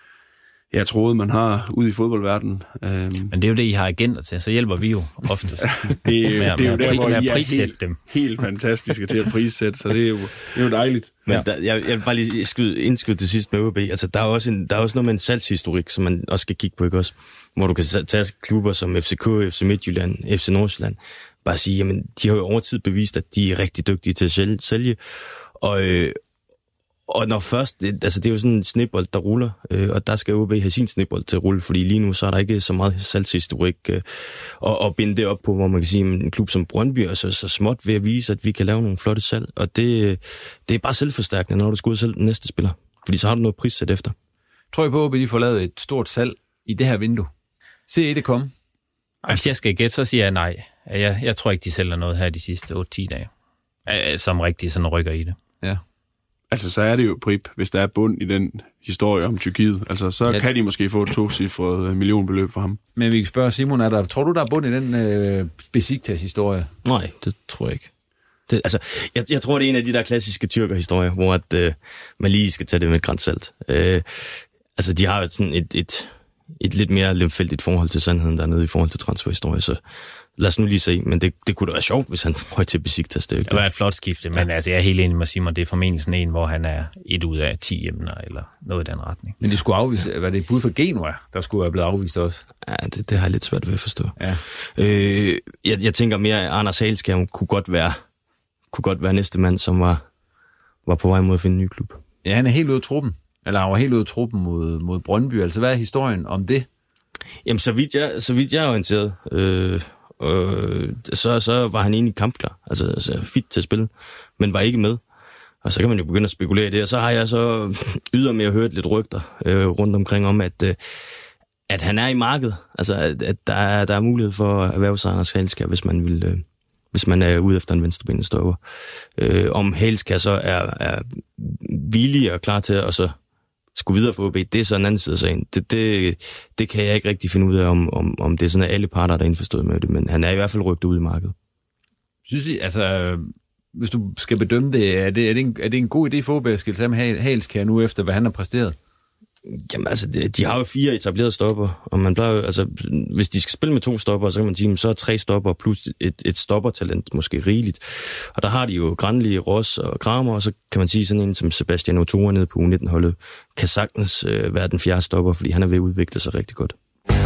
jeg troede, man har ude i fodboldverdenen. Men det er jo det, I har agenter til, så hjælper vi jo oftest det, med, at, det er jo der, hvor I er helt, dem. helt fantastiske til at prissætte, så det er jo, det er jo dejligt. Men der, jeg, jeg vil bare lige skyde, indskyde til sidst med O B. Altså, der er, også en, der er også noget med en salgshistorik, som man også skal kigge på, ikke også? Hvor du kan tage klubber som F C K, F C Midtjylland, F C Nordsjælland, bare sige, jamen, de har jo over tid bevist, at de er rigtig dygtige til at sælge, og, øh, Og når først, det, altså det er jo sådan en snebold, der ruller, øh, og der skal O B have sin snebold til at rulle, fordi lige nu så er der ikke så meget salgshistorik øh, og, og binde det op på, hvor man kan sige, en klub som Brøndby er så, så småt ved at vise, at vi kan lave nogle flotte salg, og det, det er bare selvforstærkende, når du skal ud og sælge den næste spiller, fordi så har du noget prissæt efter. Tror I på, at de får lavet et stort salg i det her vindue? Se I det komme? Hvis jeg skal gætte, så siger jeg nej. Jeg, jeg tror ikke, de sælger noget her de sidste otte til ti dage, som rigtig sådan rykker i det. Ja. Altså, så er det jo Prip, hvis der er bund i den historie om Tyrkiet. Altså, så ja. kan de måske få et tocifret millionbeløb for ham. Men vi kan spørge Simon, er der, tror du, der er bund i den øh, Besiktas-historie? Nej, det tror jeg ikke. Det, altså, jeg, jeg tror, det er en af de der klassiske tyrker-historier, hvor at, øh, man lige skal tage det med et gran salt. Øh, altså, de har jo sådan et, et, et lidt mere lemfældigt forhold til sandheden dernede i forhold til transferhistorie, så lad os nu lige se, men det, det kunne da være sjovt, hvis han røg til Besiktas. Det, det var et flot skifte, men ja. altså, jeg er helt enig med Simon, det er formentlig sådan en, hvor han er et ud af ti emner, eller noget i den retning. Men de skulle afvise, var det et bud for Genua, der skulle være blevet afvist også? Ja, det, det har jeg lidt svært ved at forstå. Ja. Øh, jeg, jeg tænker mere, at Anders Halskjær kunne godt være, kunne godt være næste mand, som var, var på vej mod at finde en ny klub. Ja, han er helt ude af truppen, eller han var helt ude af truppen mod, mod Brøndby. Altså, hvad er historien om det? Jamen, så vidt jeg, så vidt jeg er orienteret, øh, øh, så, så var han egentlig kampklar, altså, altså fit til at spille, men var ikke med. Og så kan man jo begynde at spekulere i det, og så har jeg så ydermere hørt lidt rygter øh, rundt omkring om, at, øh, at han er i markedet, altså at, at der, er, der er mulighed for at erhverve sig Anders Halskjær, hvis man vil... Øh, hvis man er ude efter en venstrebenet stopper. Øh, om Halskjær så er, er villig og klar til at så skulle videre for O B, det er så en anden side af sagen. Det, det, det kan jeg ikke rigtig finde ud af, om, om, om det er sådan, at alle parter, der er indforstået med det, men han er i hvert fald rykket ud i markedet. Synes I, altså, hvis du skal bedømme det, er det, er det, en, er det en god idé for O B at skille sig med Halskjær nu efter, hvad han har præsteret? Jamen altså, de, de har jo fire etablerede stopper, og man plejer, altså, hvis de skal spille med to stopper, så kan man sige, så er tre stopper plus et, et stoppertalent måske rigeligt. Og der har de jo Granli, Ross og Kramer, og så kan man sige, sådan en som Sebastian Otora nede på U nitten-holdet, kan sagtens øh, være den fjerde stopper, fordi han er ved at udvikle sig rigtig godt.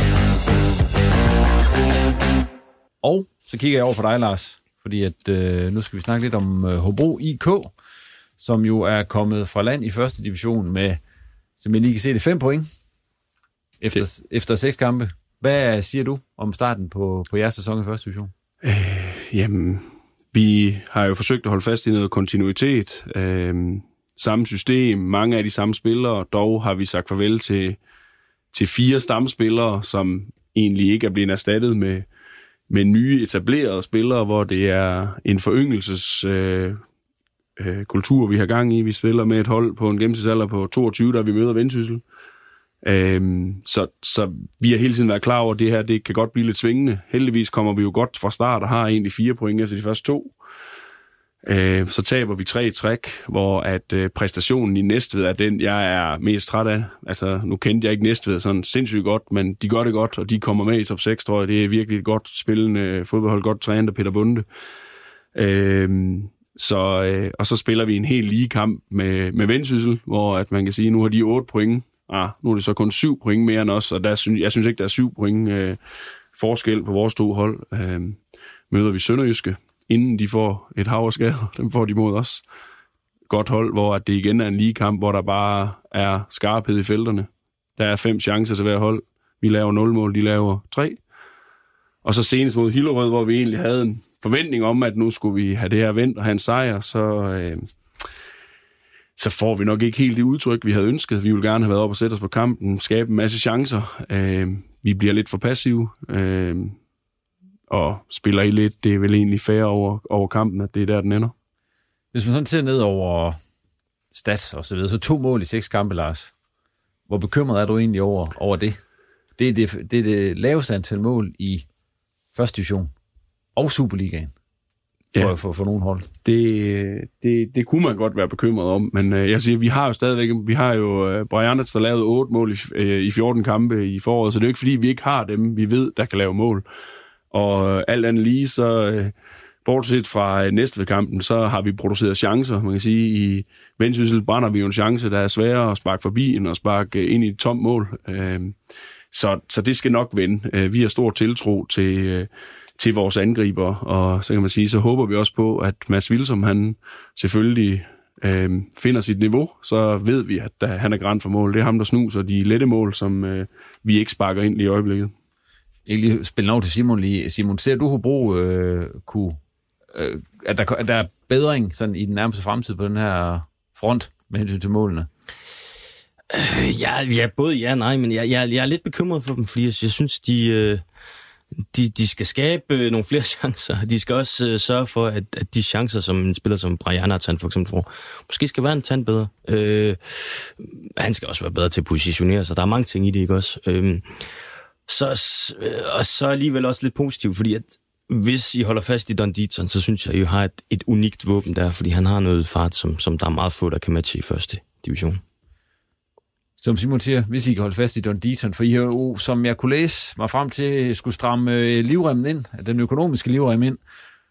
Og så kigger jeg over på dig, Lars, fordi at, øh, nu skal vi snakke lidt om øh, Hobro I K, som jo er kommet fra land i første division med, som jeg lige kan se, det fem point efter, efter seks kampe. Hvad siger du om starten på, på jeres sæson i første division? Øh, jamen, vi har jo forsøgt at holde fast i noget kontinuitet. Øh, samme system, mange af de samme spillere. Dog har vi sagt farvel til, til fire stamspillere, som egentlig ikke er blevet erstattet med, med nye etablerede spillere, hvor det er en foryngelses... Øh, kultur, vi har gang i. Vi spiller med et hold på en gennemsnitsalder på toogtyve, da vi møder Vendsyssel. Øhm, så, så vi har hele tiden været klar over, at det her det kan godt blive lidt svingende. Heldigvis kommer vi jo godt fra start og har egentlig fire point efter de første to. Øh, så taber vi tre i træk, hvor at øh, præstationen i Næstved er den, jeg er mest træt af. Altså, nu kendte jeg ikke Næstved sådan sindssygt godt, men de gør det godt, og de kommer med i top seks, tror jeg. Det er virkelig et godt spillende fodboldhold, godt trænet af Peter Bunde. Øh, Så, øh, og så spiller vi en helt lige kamp med, med Vendsyssel, hvor at man kan sige, at nu har de otte point. Ah, nu er det så kun syv point mere end os, og der synes, jeg synes ikke, der er syv point øh, forskel på vores to hold. Øh, møder vi Sønderjyske, inden de får et hav af skader, dem får de mod os. Godt hold, hvor at det igen er en lige kamp, hvor der bare er skarphed i felterne. Der er fem chancer til hver hold. Vi laver nul mål, de laver tre. Og så senest mod Hillerød, hvor vi egentlig havde en forventning om, at nu skulle vi have det her vendt og have en sejr, så, øh, så får vi nok ikke helt det udtryk, vi havde ønsket. Vi ville gerne have været op og sætte os på kampen, skabe en masse chancer. Øh, vi bliver lidt for passive, øh, og spiller i lidt. Det er vel egentlig fair over, over kampen, at det er der, den ender. Hvis man sådan ser ned over stats og så videre, så to mål i seks kampe, Lars. Hvor bekymret er du egentlig over, over det? Det er det, det er det laveste antal mål i første division og Superligaen for, ja. for, for nogle hold. Det, det, det kunne man godt være bekymret om, men øh, jeg siger, vi har jo stadigvæk, vi har jo øh, Brianets, der lavede otte mål i, øh, i fjorten kampe i foråret, så det er jo ikke fordi, vi ikke har dem, vi ved, der kan lave mål. Og øh, alt andet lige, så øh, bortset fra øh, Næstved-kampen, så har vi produceret chancer, man kan sige. I Vendsyssel brænder vi jo en chance, der er sværere at sparke forbi, end at sparke ind i et tomt mål. Øh, så, så det skal nok vende. Øh, vi har stor tiltro til... Øh, til vores angriber, og så kan man sige, så håber vi også på, at Mads Vilsom, han selvfølgelig øh, finder sit niveau, så ved vi, at uh, han er garant for mål. Det er ham, der snuser de lette mål, som uh, vi ikke sparker ind lige i øjeblikket. Jeg vil lige spille over til Simon lige. Simon, ser du Hobro øh, kunne, øh, at, der, at der er bedring sådan i den nærmeste fremtid på den her front med hensyn til målene? Øh, ja, ja, både ja og nej, men jeg, jeg, jeg er lidt bekymret for dem, fordi jeg, jeg synes, de, øh, de, de skal skabe øh, nogle flere chancer. De skal også øh, sørge for, at, at de chancer, som en spiller som Brian Artan for eksempel får, måske skal være en tand bedre. Øh, han skal også være bedre til at positionere sig. Der er mange ting i det, ikke også? Øh, så, øh, og så alligevel også lidt positivt, fordi at hvis I holder fast i Don Dietzen, så synes jeg, at I har et, et unikt våben der, fordi han har noget fart, som, som der er meget få, der kan matche i første division. Som Simon siger, hvis I kan holde fast i Don Dietzen, for I har jo, som jeg kunne læse mig frem til, skulle stramme livremmen ind, den økonomiske livrem ind,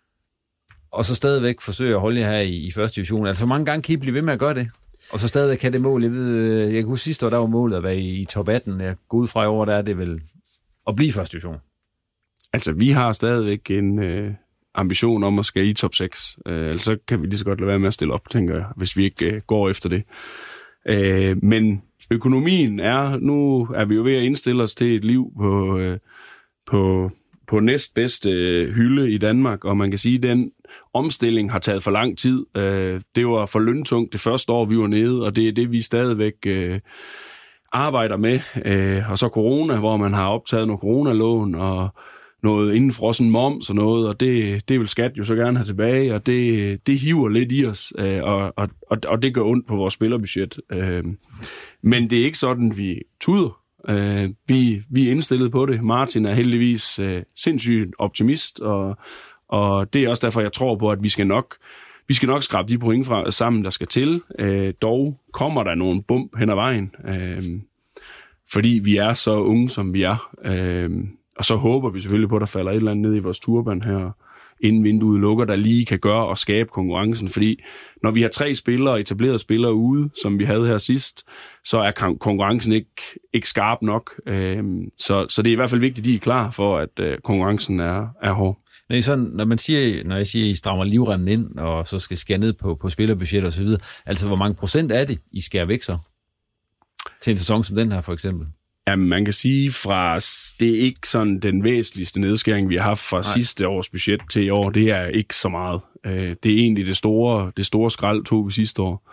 og så stadigvæk forsøge at holde jer her i, i første division. Altså, hvor mange gange kan I blive ved med at gøre det? Og så stadigvæk have det mål. Jeg ved, jeg kan huske sidste år, der var målet at være i, i top atten. Jeg går ud fra i år, der er det vel at blive første division. Altså, vi har stadigvæk en øh, ambition om at skal i top seks. Øh, altså, så kan vi lige så godt lade være med at stille op, tænker jeg, hvis vi ikke øh, går efter det. Øh, men økonomien er, nu er vi jo ved at indstille os til et liv på, øh, på, på næstbedste hylde i Danmark, og man kan sige, at den omstilling har taget for lang tid. Øh, det var for løntungt det første år, vi var nede, og det er det, vi stadigvæk øh, arbejder med. Øh, og så corona, hvor man har optaget nogle coronalån, og noget indenfrossen moms og noget, og det, det vil skat jo så gerne have tilbage, og det, det hiver lidt i os, øh, og, og, og det gør ondt på vores spillerbudget. Øh, men det er ikke sådan, vi tuder. Øh, vi, vi er indstillet på det. Martin er heldigvis øh, sindssygt optimist, og, og det er også derfor, jeg tror på, at vi skal nok, vi skal nok skrabe de point fra, sammen, der skal til. Øh, dog kommer der nogle bump hen ad vejen, øh, fordi vi er så unge, som vi er. Øh, Og så håber vi selvfølgelig på, at der falder et eller andet ned i vores turban her, inden vinduet lukker, der lige kan gøre og skabe konkurrencen. Fordi når vi har tre spillere, etablerede spillere ude, som vi havde her sidst, så er konkurrencen ikke, ikke skarp nok. Så, så det er i hvert fald vigtigt, at de er klar for, at konkurrencen er, er hård. Når, I sådan, når man siger, når jeg siger, at I strammer livremmen ind, og så skal skære ned på, på spillerbudget og så videre, altså hvor mange procent er det, I skærer væk så? Til en sæson som den her, for eksempel? Jamen, man kan sige, fra det er ikke sådan den væsentligste nedskæring, vi har haft fra Nej. sidste års budget til i år. Det er ikke så meget. Det er egentlig det store, det store skrald, tog vi sidste år.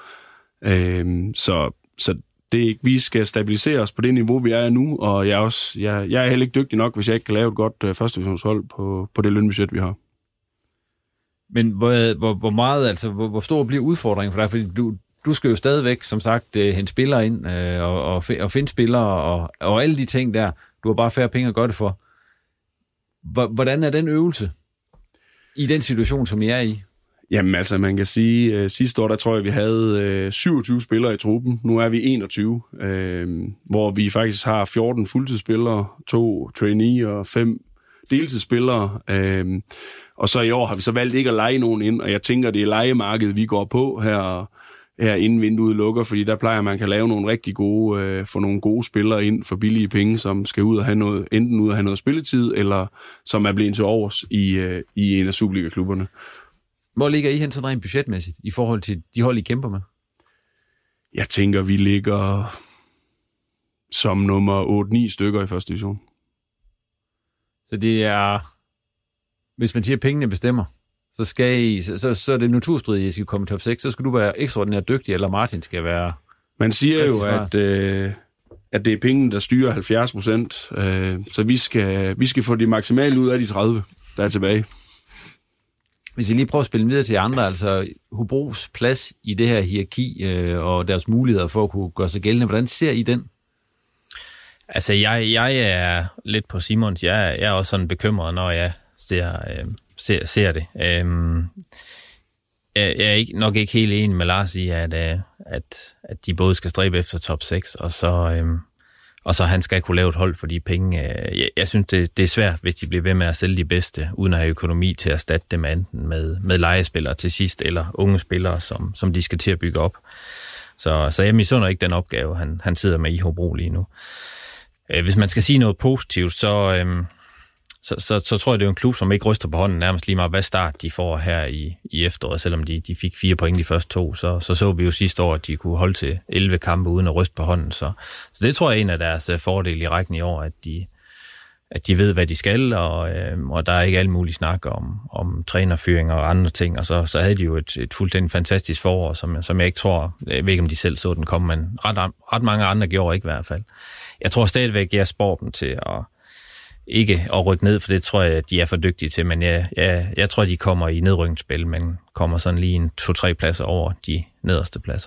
Så, så det, vi skal stabilisere os på det niveau, vi er nu, og jeg er, også, jeg, jeg er heller ikke dygtig nok, hvis jeg ikke kan lave et godt første divisionshold på, på det lønbudget, vi har. Men hvor, hvor, hvor meget, altså, hvor, hvor stor bliver udfordringen for dig? Fordi du, du skal jo stadigvæk, som sagt, hente spillere ind øh, og, og, og finde spillere og, og alle de ting der. Du har bare færre penge at gøre det for. Hvordan er den øvelse i den situation, som I er i? Jamen altså, man kan sige, øh, sidste år, der tror jeg, vi havde øh, syvogtyve spillere i truppen. Nu er vi enogtyve, øh, hvor vi faktisk har fjorten fuldtidsspillere, to trainee og fem deltidsspillere. Øh, og så i år har vi så valgt ikke at leje nogen ind, og jeg tænker, det er lejemarkedet, vi går på her, her inden vinduet lukker, fordi der plejer man kan lave nogle rigtig gode, øh, få nogle gode spillere ind for billige penge, som skal ud og have noget, enten ud og have noget spilletid, eller som er blevet til overs i, øh, i en af Superliga-klubberne. Hvor ligger I hen sådan rent budgetmæssigt i forhold til de hold, I kæmper med? Jeg tænker, vi ligger som nummer otte ni stykker i første division. Så det er, hvis man siger, at pengene bestemmer, så, skal I, så, så, så er det naturstridigt, at I skal komme i top seks, så skal du være ekstraordinært dygtig, eller Martin skal være... Man siger jo, at, øh, at det er pengene, der styrer halvfjerds procent, øh, så vi skal, vi skal få det maksimale ud af de tredive, der er tilbage. Hvis I lige prøver at spille videre til andre, altså Hobros plads i det her hierarki øh, og deres muligheder for at kunne gøre sig gældende, hvordan ser I den? Altså, jeg, jeg er lidt på Simons. Jeg, jeg er også sådan bekymret, når jeg ser, øh, ser, ser det. Øh, jeg, jeg er ikke, nok ikke helt enig med Lars i, at, øh, at, at de både skal stræbe efter top seks, og så... Øh, Og så han skal kunne lave et hold for de penge. Jeg, jeg synes, det, det er svært, hvis de bliver ved med at sælge de bedste, uden at have økonomi til at erstatte dem enten med, med lejespillere til sidst, eller unge spillere, som, som de skal til at bygge op. Så, så jeg misunder ikke den opgave, han, han sidder med i Hobro lige nu. Hvis man skal sige noget positivt, så, øhm, så, så, så tror jeg, det er en klub, som ikke ryster på hånden nærmest lige meget, hvad start de får her i, i efteråret. Selvom de, de fik fire point de første to, så, så så vi jo sidste år, at de kunne holde til elleve kampe uden at ryste på hånden. Så, så det tror jeg er en af deres fordele i rækken i år, at de, at de ved, hvad de skal, og, øh, og der er ikke alle mulige snak om, om trænerfyring og andre ting. Og så, så havde de jo et, et fuldstændig fantastisk forår, som, som jeg ikke tror, jeg ved ikke, om de selv så den komme, men ret, ret mange andre gjorde ikke i hvert fald. Jeg tror stadigvæk, jeg spår dem til at ikke at rykke ned, for det tror jeg, de er for dygtige til, men jeg, jeg, jeg tror, de kommer i nedrykningsspil, men kommer sådan lige en to-tre pladser over de nederste pladser.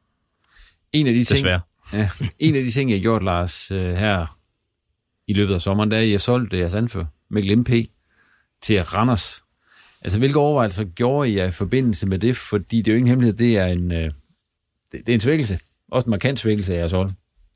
En af de ting, Desværre. ja, en af de ting, jeg har gjort, Lars, her i løbet af sommeren, der er, jeg solgte jeres anfører, Mikkel M P, til Randers. Altså, hvilke overvejelser gjorde I i forbindelse med det? Fordi det er jo ingen hemmelighed, det er en, det, det er en svækkelse. Også en markant svækkelse af jeres hold.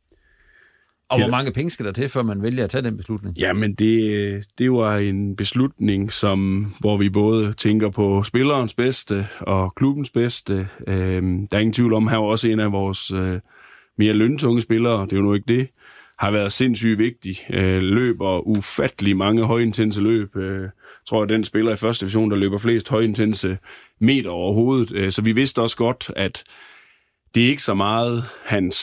Og hvor mange penge skal der til, før man vælger at tage den beslutning? Jamen, det, det var en beslutning, som, hvor vi både tænker på spillerens bedste og klubbens bedste. Øhm, der er ingen tvivl om, her var også en af vores øh, mere løntunge spillere, det er jo nu ikke det, har været sindssygt vigtig. Øh, løber ufattelig mange højintense løb. Øh, tror jeg, den spiller i første division, der løber flest højintense meter overhovedet. Øh, så vi vidste også godt, at det er ikke så meget hans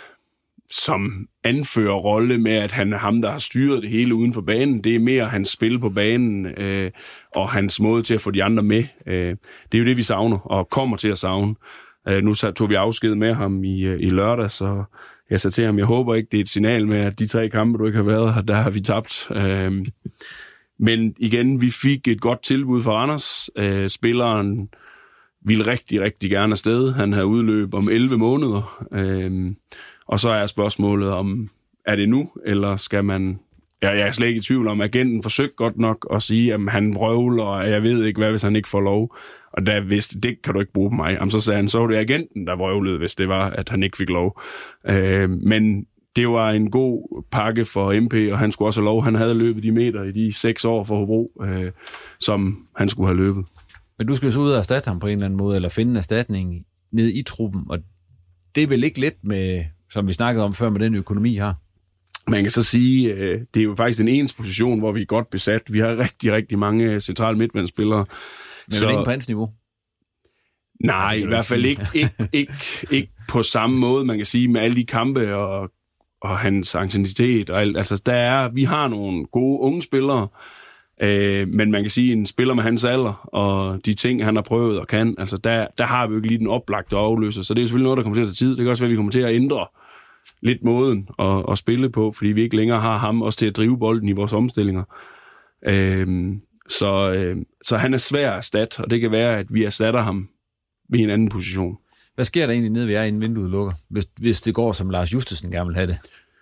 som anfører rolle med, at han er ham, der har styret det hele uden for banen. Det er mere hans spil på banen øh, og hans måde til at få de andre med. Øh, det er jo det, vi savner og kommer til at savne. Øh, nu tog vi afsked med ham i, i lørdag, så jeg sagde til ham, jeg håber ikke, det er et signal med, at de tre kampe, du ikke har været her, der har vi tabt. Øh, men igen, vi fik et godt tilbud fra Randers. Øh, spilleren ville rigtig, rigtig gerne afsted. Han havde udløb om elleve måneder. Øh, Og så er spørgsmålet om, er det nu, eller skal man... Ja, jeg er slet ikke i tvivl om, agenten forsøgte godt nok at sige, at han vrøvler, og jeg ved ikke hvad, hvis han ikke får lov. Og da vidste, det kan du ikke bruge på mig. Jamen, så sagde han, så var det agenten, der vrøvlede, hvis det var, at han ikke fik lov. Øh, men det var en god pakke for M P, og han skulle også have lov. Han havde løbet de meter i de seks år for Hobro, øh, som han skulle have løbet. Men du skal så ud og erstatte ham på en eller anden måde, eller finde en erstatning ned i truppen, og det er vel ikke let med... som vi snakkede om før med den økonomi her. Man kan så sige, øh, det er jo faktisk en ens position, hvor vi er godt besat. Vi har rigtig, rigtig mange centrale midtbanespillere. Men så... ikke på hans niveau? Nej, i hvert fald ikke, ikke, ikke, ikke på samme måde, man kan sige, med alle de kampe og, og hans anciennitet og alt. Altså, der er, vi har nogle gode unge spillere, øh, men man kan sige, en spiller med hans alder og de ting, han har prøvet og kan, altså der, der har vi jo ikke lige den oplagte afløser, så det er selvfølgelig noget, der kommer til at tage tid. Det kan også være, at vi kommer til at ændre lidt måden at, at spille på, fordi vi ikke længere har ham også til at drive bolden i vores omstillinger. Øh, så, øh, så han er svær at erstatte, og det kan være, at vi erstatter ham ved en anden position. Hvad sker der egentlig nede ved jer, inden vinduet lukker, hvis, hvis det går, som Lars Justesen gerne vil have det?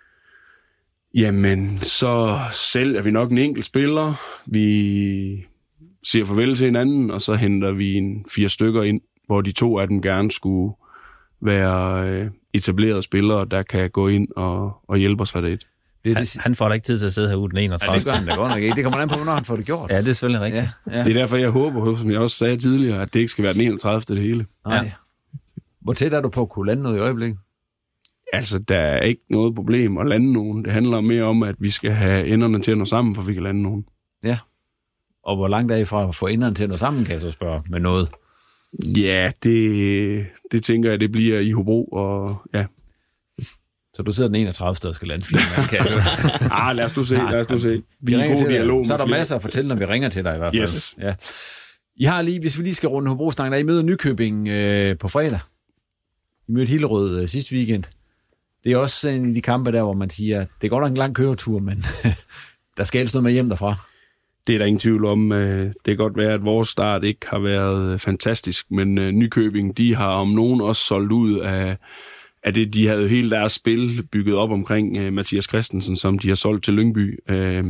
Jamen, så sælger vi nok en enkelt spiller. Vi siger farvel til hinanden, og så henter vi en fire stykker ind, hvor de to af dem gerne skulle være etablerede spillere, der kan gå ind og, og hjælpe os for det. Det, han, han får da ikke tid til at sidde herude den enogtredivte. Ja, det gør han da godt nok ikke. Det kommer an på, hvornår han får det gjort. Ja, det er selvfølgelig rigtigt. Ja, ja. Det er derfor, jeg håber, som jeg også sagde tidligere, at det ikke skal være den enogtredivte det hele. Nej. Ja. Hvor tæt er du på at kunne lande noget i øjeblikket? Altså, der er ikke noget problem at lande nogen. Det handler mere om, at vi skal have enderne til at nå sammen, for vi kan lande nogen. Ja. Og hvor langt er I fra at få enderne til at nå sammen, kan jeg så spørge, med noget? Ja, det, det tænker jeg, det bliver i Hobro, og ja. Så du sidder den enogtredivte og skal lande fire mand, kan du? ah, lad os du se, lad os du se. Vi ringer til dig. Så er der masser at fortælle, når vi ringer til dig i hvert fald. Yes. Ja. I har lige, hvis vi lige skal runde Hobro-snakken, der I møder Nykøbing øh, på fredag. I mødte Hillerød øh, sidste weekend. Det er også en af de kampe der, hvor man siger, det er godt nok en lang køretur, men der skal helst noget med hjem derfra. Det er der ingen tvivl om. Det kan godt være, at vores start ikke har været fantastisk, men Nykøbing, de har om nogen også solgt ud af, af det, de havde hele deres spil bygget op omkring Mathias Christensen, som de har solgt til Lyngby,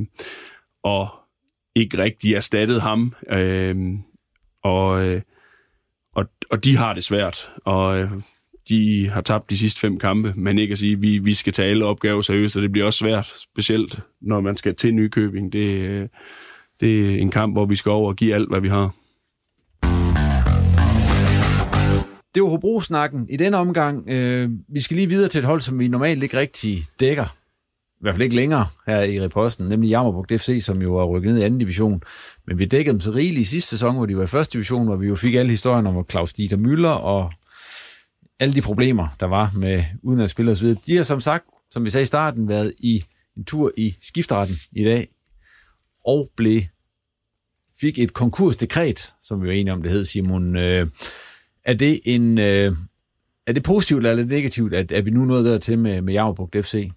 og ikke rigtig erstattet ham. Og, og, og de har det svært, og de har tabt de sidste fem kampe, men ikke at sige, at vi, vi skal tage alle opgaver seriøst, og det bliver også svært, specielt når man skal til Nykøbing. Det, det er en kamp, hvor vi skal over og give alt, hvad vi har. Det var Hobro-snakken i denne omgang. Øh, vi skal lige videre til et hold, som vi normalt ikke rigtig dækker i hvert fald ikke længere her i Riposten, nemlig Jammerbugt F C, som jo var rykket ned i anden division. Men vi dækkede dem så rigeligt i sidste sæson, hvor de var i første division, hvor vi jo fik alle historierne om Claus Dieter Müller og alle de problemer, der var med udenlandsspillere osv. De har som sagt, som vi sagde i starten, været i en tur i skifteretten i dag, og blev, fik et konkursdekret, som vi var enige om, det hed, Simon. Øh, er det en... Øh, er det positivt eller negativt, at, at vi nu nåede dertil med, med Jammerbugt F C?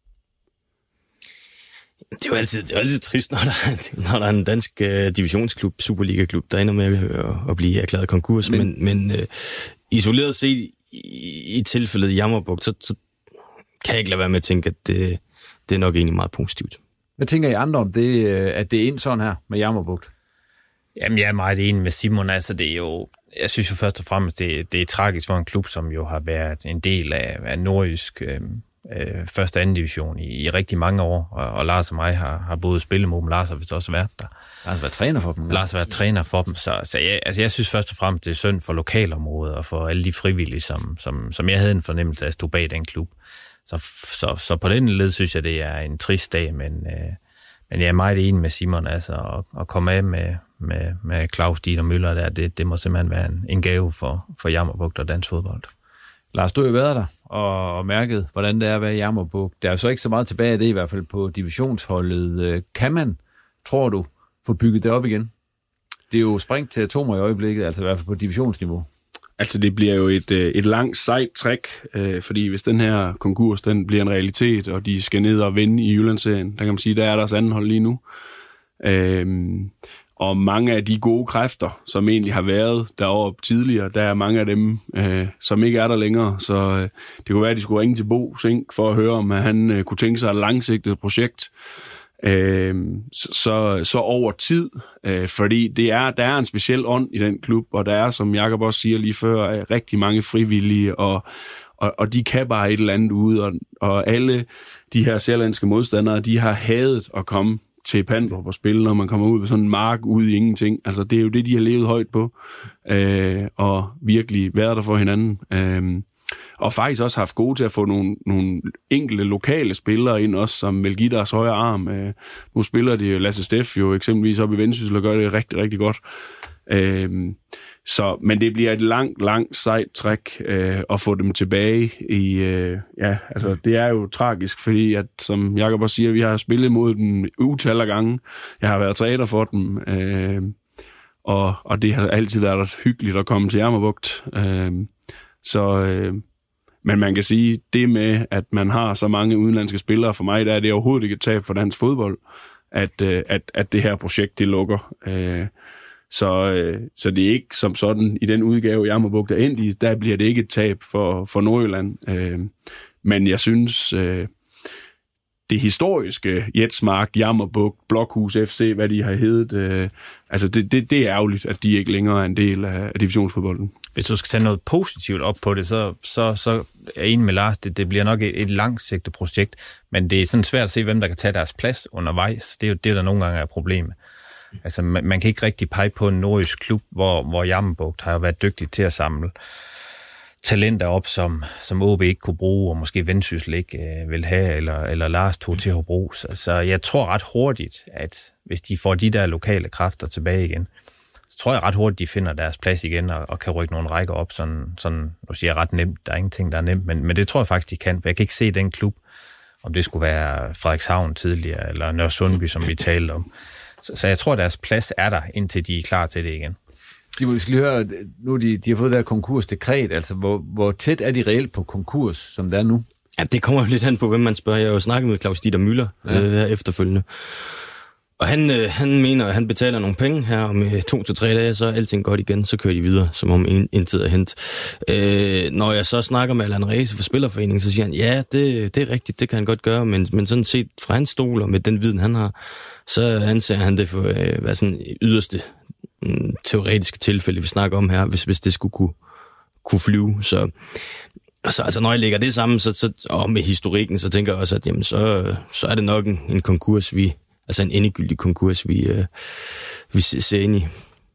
Det er jo altid, det er altid trist, når der, når der er en dansk uh, divisionsklub, Superliga-klub, der ender med at, at blive erklæret konkurs. Men, men, men uh, isoleret set i, i tilfældet Jammerbugt, så, så kan jeg ikke lade være med at tænke, at det, det er nok egentlig meget positivt. Hvad tænker I andre om det, at det er ind sådan her med Jammerbugt? Jamen, jeg er meget enig med Simon. Altså, det er jo, jeg synes jo først og fremmest, det, det er tragisk for en klub, som jo har været en del af, af nordjysk øh, øh, første og anden division i, i rigtig mange år. Og, og Lars og mig har, har både spillet mod dem. Lars har vist også været der. Lars har været træner for dem. Ja. Lars har været træner for dem. Så, så jeg, altså, jeg synes først og fremmest, det er synd for lokalområdet og for alle de frivillige, som, som, som jeg havde en fornemmelse af at stå bag den klub. Så, så, så på den led synes jeg, det er en trist dag, men, øh, men jeg er meget enig med Simon. Altså, at, at komme af med, med, med Claus Dieter Müller der, det, det må simpelthen være en, en gave for, for Jammerbugt og dansk fodbold. Lars, du har jo været der og, og mærket, hvordan det er at være i Jammerbugt. Der er jo så ikke så meget tilbage af det, i hvert fald på divisionsholdet. Kan man, tror du, få bygget det op igen? Det er jo springt til atomer i øjeblikket, altså i hvert fald på divisionsniveau. Altså, det bliver jo et, et langt sejt træk, øh, fordi hvis den her konkurs, den bliver en realitet, og de skal ned og vinde i Jyllandsserien, der kan man sige, der er deres anden hold lige nu. Øhm, og mange af de gode kræfter, som egentlig har været deroppe tidligere, der er mange af dem, øh, som ikke er der længere. Så øh, det kunne være, at de skulle ringe til Bo Sink for at høre, om han øh, kunne tænke sig et langsigtet projekt. Øh, så, så over tid, øh, fordi det er, der er en speciel ånd i den klub, og der er, som Jakob også siger lige før, rigtig mange frivillige, og, og, og de kan bare et eller andet ude, og, og alle de her sjællandske modstandere, de har hadet at komme til Pandrup og spille, når man kommer ud på sådan en mark ude i ingenting. Altså, det er jo det, de har levet højt på, øh, og virkelig været der for hinanden. Øh, og faktisk også haft gode til at få nogle, nogle enkelte lokale spillere ind også, som vil give deres højre arm. Øh, nu spiller de Lasse Steff jo eksempelvis op i Vendsyssel og gør det rigtig, rigtig godt. Øh, så, men det bliver et langt, langt sejt træk øh, at få dem tilbage i... Øh, ja, altså det er jo tragisk, fordi at, som Jakob også siger, vi har spillet mod dem utal af gange. Jeg har været træner for dem, øh, og, og det har altid været hyggeligt at komme til Jammerbugt. Øh, så... Øh, Men man kan sige, det med, at man har så mange udenlandske spillere, for mig der er det overhovedet ikke et tab for dansk fodbold, at, at, at det her projekt, det lukker. Så, så det er ikke som sådan, i den udgave, Jammerbugt er endt i, der bliver det ikke et tab for, for Nordjylland. Men jeg synes, det historiske Jetsmark, Jammerbugt, Blokhus F C, hvad de har heddet, altså det, det, det er ærgerligt, at de ikke længere er en del af divisionsfodbolden. Hvis du skal tage noget positivt op på det, så, så, så er jeg enig med Lars, det, det bliver nok et, et langsigtet projekt, men det er sådan svært at se, hvem der kan tage deres plads undervejs. Det er jo det, der nogle gange er problemet. Altså, man, man kan ikke rigtig pege på en nordjysk klub, hvor, hvor Jammerbugt har været dygtig til at samle talenter op, som, som O B ikke kunne bruge, og måske Vendsyssel ikke øh, vil have, eller, eller Lars tog til Hobro. Så, så jeg tror ret hurtigt, at hvis de får de der lokale kræfter tilbage igen, så tror jeg ret hurtigt, de finder deres plads igen, og, og kan rykke nogle rækker op, sådan, sådan, nu siger jeg ret nemt, der er ingenting, der er nemt, men, men det tror jeg faktisk, de kan, for jeg kan ikke se den klub, om det skulle være Frederikshavn tidligere, eller Nørresundby, som vi talte om. Så, så jeg tror, deres plads er der, indtil de er klar til det igen. Simon, vi skal lige høre, nu de, de har fået det her konkursdekret, altså hvor, hvor tæt er de reelt på konkurs, som det er nu? Ja, det kommer jo lidt an på, hvem man spørger. Jeg har jo snakket med Claus Dieter Müller ja. øh, efterfølgende. Og han, øh, han mener, at han betaler nogle penge her, og med to til tre dage, så er alting godt igen, så kører de videre, som om en, en tid er hent. Øh, når jeg så snakker med Allan Ræse fra Spillerforeningen, så siger han, ja, det, det er rigtigt, det kan han godt gøre, men, men sådan set fra hans stol, og med den viden, han har, så anser han det for at øh, være sådan yderste mm, teoretiske tilfælde, vi snakker om her, hvis, hvis det skulle kunne, kunne flyve. Så, så altså, når jeg lægger det sammen, så, så, og med historikken, så tænker jeg også, at jamen, så, så er det nok en, en konkurs, vi... Altså en endegyldig konkurs, vi, øh, vi ser ind i.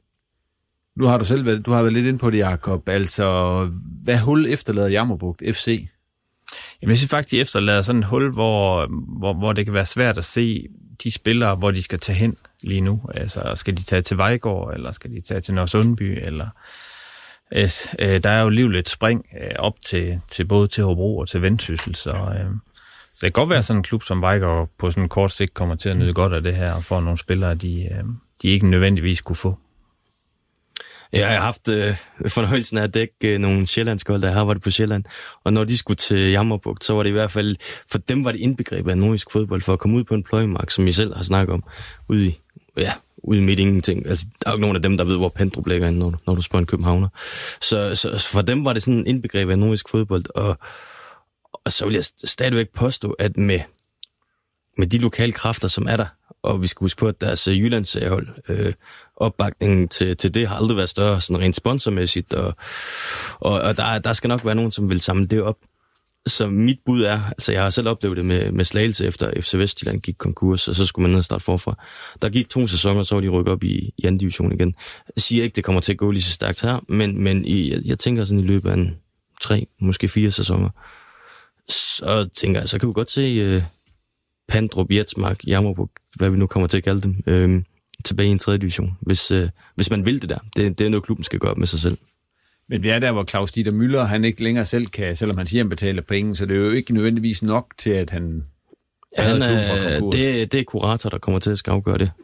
Nu har du selv været, du har været lidt inde på det, Jakob. Altså, hvad hul efterlader Jammerbugt F C? Jamen, jeg synes faktisk, de efterlader sådan et hul, hvor, hvor, hvor det kan være svært at se de spillere, hvor de skal tage hen lige nu. Altså, skal de tage til Vejgaard, eller skal de tage til Nørresundby, eller... Øh, der er jo alligevel et spring øh, op til, til både til Hobro og til Vendsyssel, så, øh, så det kan godt være sådan en klub som Vejgaard på sådan en kort sigt kommer til at nyde godt af det her, og får nogle spillere, de, øh, de ikke nødvendigvis kunne få. Jeg har haft øh, fornøjelsen af at dække øh, nogle sjællandske hold, der her var det på Sjælland, og når de skulle til Jammerbugt, så var det i hvert fald, for dem var det indbegrebet af nordisk fodbold, for at komme ud på en pløjemark, som I selv har snakket om, ude i, ja, ude midt ingenting. Altså, der er jo ikke nogen af dem, der ved, hvor Pandrup ligger inde, når du, når du spørger en københavner. Så, så for dem var det sådan en indbegreb af nordisk fodbold, og, og så vil jeg stadigvæk påstå, at med, med de lokale kræfter, som er der, og vi skal huske på, at deres Jyllandshold, øh, opbakningen til, til det har aldrig været større, sådan rent sponsormæssigt, og, og, og der, der skal nok være nogen, som vil samle det op. Så mit bud er, altså jeg har selv oplevet det med, med Slagelse efter F C Vestjylland gik konkurs, og så skulle man ned og starte forfra. Der gik to sæsoner, så var de rykket op i, i anden division igen. Jeg siger ikke, det kommer til at gå lige så stærkt her, men, men i, jeg, jeg tænker sådan i løbet af en tre, måske fire sæsoner, så tænker jeg, så kan vi godt se uh, Pandrup, Jetsmark, Jammerbugt, hvad vi nu kommer til at kalde dem, øh, tilbage i en tredje division, hvis, uh, hvis man vil det der. Det, det er noget, klubben skal gøre op med sig selv. Men vi er der, hvor Claus Dieter Müller, han ikke længere selv kan, selvom han siger, han betaler penge, så det er jo ikke nødvendigvis nok til, at han... Ja, han er, det, det er kurator, der kommer til at skal afgøre det.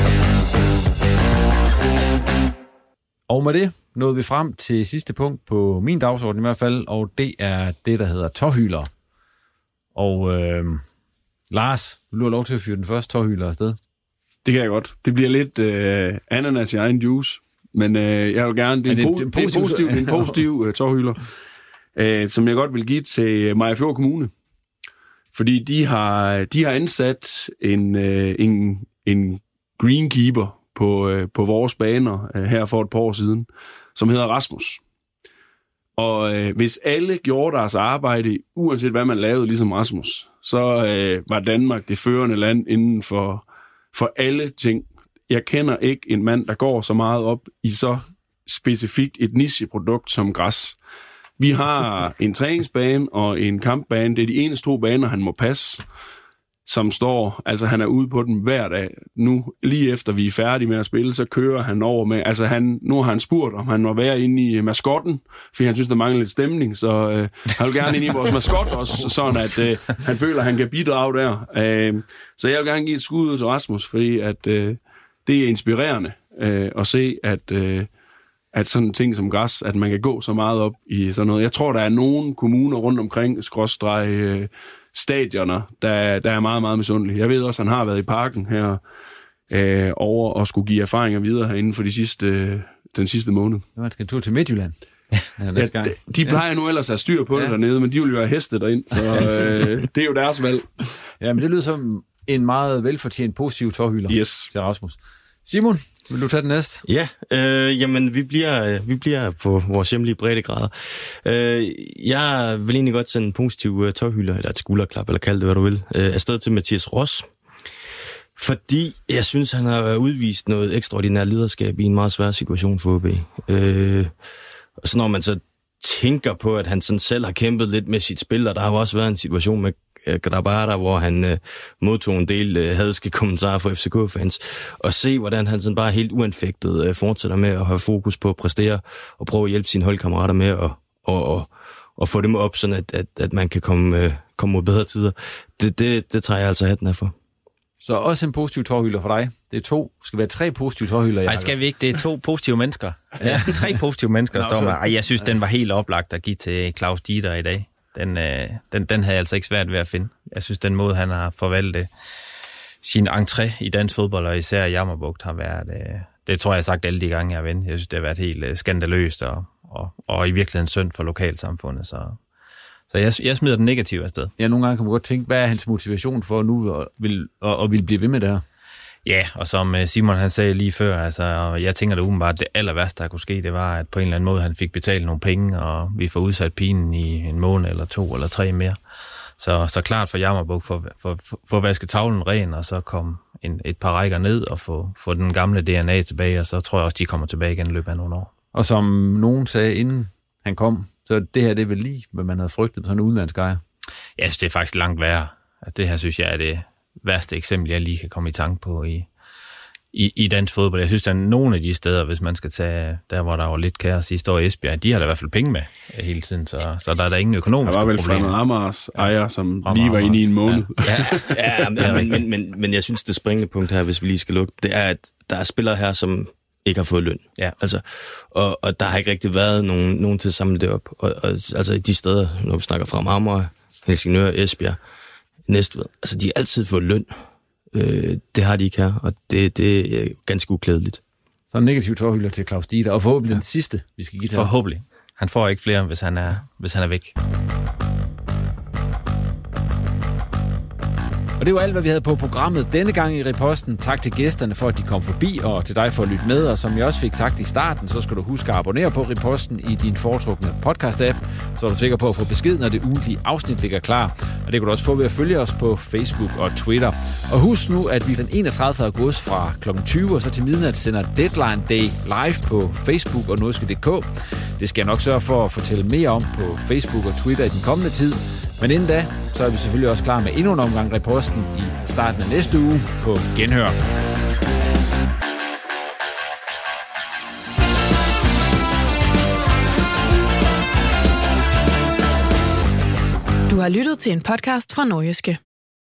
Og med det nåede vi frem til sidste punkt på min dagsorden i hvert fald, og det er det, der hedder tårhyler. Og øh, Lars, vil du have lov til at fyre den første tårhyler afsted? Det kan jeg godt. Det bliver lidt øh, ananas i egen juice. Men øh, jeg vil gerne, det er, er, det, en, po- det er positiv, positiv, en positiv uh, tårhylder, øh, som jeg godt vil give til Mariagerfjord Kommune. Fordi de har, de har ansat en, øh, en, en greenkeeper på, øh, på vores baner øh, her for et par år siden, som hedder Rasmus. Og øh, hvis alle gjorde deres arbejde, uanset hvad man lavede, ligesom Rasmus, så øh, var Danmark det førende land inden for, for alle ting. Jeg kender ikke en mand, der går så meget op i så specifikt et nicheprodukt som græs. Vi har en træningsbane og en kampbane. Det er de eneste to baner, han må passe, som står, altså han er ude på den hver dag. Nu, lige efter vi er færdige med at spille, så kører han over med, altså han, nu har han spurgt, om han må være inde i maskotten, fordi han synes, der mangler lidt stemning, så øh, han vil gerne ind i vores maskot også, sådan at øh, han føler, at han kan bidrage der. Øh, så jeg vil gerne give et skud ud til Rasmus, fordi at øh, det er inspirerende øh, at se, at, øh, at sådan ting som græs, at man kan gå så meget op i sådan noget. Jeg tror, der er nogle kommuner rundt omkring, skråstreg øh, stadioner, der, der er meget, meget misundelige. Jeg ved også, at han har været i parken her øh, over og skulle give erfaringer videre herinde for de sidste, øh, den sidste måned. Man skal tur til Midtjylland. Ja, de, de plejer ja. nu ellers at have styr på ja. det dernede, men de vil jo have heste derind, så øh, det er jo deres valg. Ja, men det lyder som en meget velfortjent positiv tårhylder yes. til Rasmus. Simon, vil du tage den næste? Ja, øh, jamen vi bliver, vi bliver på vores hjemlige breddegrader. Øh, jeg vil egentlig godt sende en positiv uh, tårhylder, eller et skulderklap, eller kald det, hvad du vil, øh, afsted til Mathias Ross. Fordi jeg synes, han har udvist noget ekstraordinært lederskab i en meget svær situation for O B. Øh, og så når man så tænker på, at han sådan selv har kæmpet lidt med sit spil, og der har jo også været en situation med Grabara, hvor han øh, modtog en del øh, hadske kommentarer fra F C K-fans, og se, hvordan han sådan bare helt uanfægtet øh, fortsætter med at have fokus på at præstere, og prøve at hjælpe sine holdkammerater med at og, og, og få dem op, sådan at, at, at man kan komme, øh, komme mod bedre tider. Det, det, det tager jeg altså hatten af for. Så også en positiv tårhylder for dig. Det er to. Det skal være tre positive tårhylder. Nej, skal vi ikke? Det er to positive mennesker. Ja. Tre positive mennesker, der står med. Ej, jeg synes, den var helt oplagt at give til Claus Dieter i dag. Den, øh, den, den havde jeg altså ikke svært ved at finde. Jeg synes, den måde, han har forvaltet sin entré i dansk fodbold, og især Jammerbugt, har været... Øh, det tror jeg, jeg har sagt alle de gange, jeg har vendt. Jeg synes, det har været helt øh, skandaløst, og, og, og i virkeligheden synd for lokalsamfundet. Så, så jeg, jeg smider den negative afsted. Ja, nogle gange kan man godt tænke, hvad er hans motivation for nu at vil, og, og vil blive ved med det her? Ja, og som Simon han sagde lige før, altså, jeg tænker det umiddelbart, at det aller værste, der kunne ske, det var, at på en eller anden måde, han fik betalt nogle penge, og vi får udsat pinen i en måned, eller to, eller tre mere. Så, så klart for Jammerbugt, for, for, for, for at vaske tavlen ren, og så komme en, et par rækker ned, og få, få den gamle D N A tilbage, og så tror jeg også, de kommer tilbage igen i løbet af nogle år. Og som nogen sagde, inden han kom, så det her, det er vel lige, hvad man havde frygtet på sådan en udenlandsk ejer. Jeg synes, det er faktisk langt værre. Altså, det her synes jeg er det værste eksempel, jeg lige kan komme i tanke på i, i, i dansk fodbold. Jeg synes, der er nogle af de steder, hvis man skal tage der, hvor der var lidt kaos sidste år i Esbjerg, de har da i hvert fald penge med hele tiden, så, så der er der ingen økonomiske problemer. Der var vel Fremad Amagers ejer, som ja, lige var inde i en måned. Ja, ja, ja men, men, men, men jeg synes, det springende punkt her, hvis vi lige skal lukke, det er, at der er spillere her, som ikke har fået løn. Ja. Altså, og, og der har ikke rigtig været nogen, nogen til at samle det op. Og, og, altså de steder, når vi snakker fra Amager, Helsingør, Esbjerg, Næstved, altså de har altid fået løn. Øh, det har de ikke her, og det, det er ganske uklædeligt. Så en negativ tårhylder til Claus Dieter, og forhåbentlig ja. den sidste, vi skal give til ham. Forhåbentlig. Han får ikke flere, hvis han er, hvis han er væk. Og det var alt, hvad vi havde på programmet denne gang i Riposten. Tak til gæsterne for, at de kom forbi, og til dig for at lytte med. Og som jeg også fik sagt i starten, så skal du huske at abonnere på Riposten i din foretrukne podcast-app, så er du sikker på at få besked, når det ugentlige afsnit ligger klar. Og det kan du også få ved at følge os på Facebook og Twitter. Og husk nu, at vi den enogtredivte august fra klokken tyve og så til midnat sender Deadline Day live på Facebook og nordiske punktum d k. Det skal jeg nok sørge for at fortælle mere om på Facebook og Twitter i den kommende tid. Men inden da, så er vi selvfølgelig også klar med endnu en omgang Riposten i starten af næste uge på Genhør. Du har lyttet til en podcast fra Nordjyske.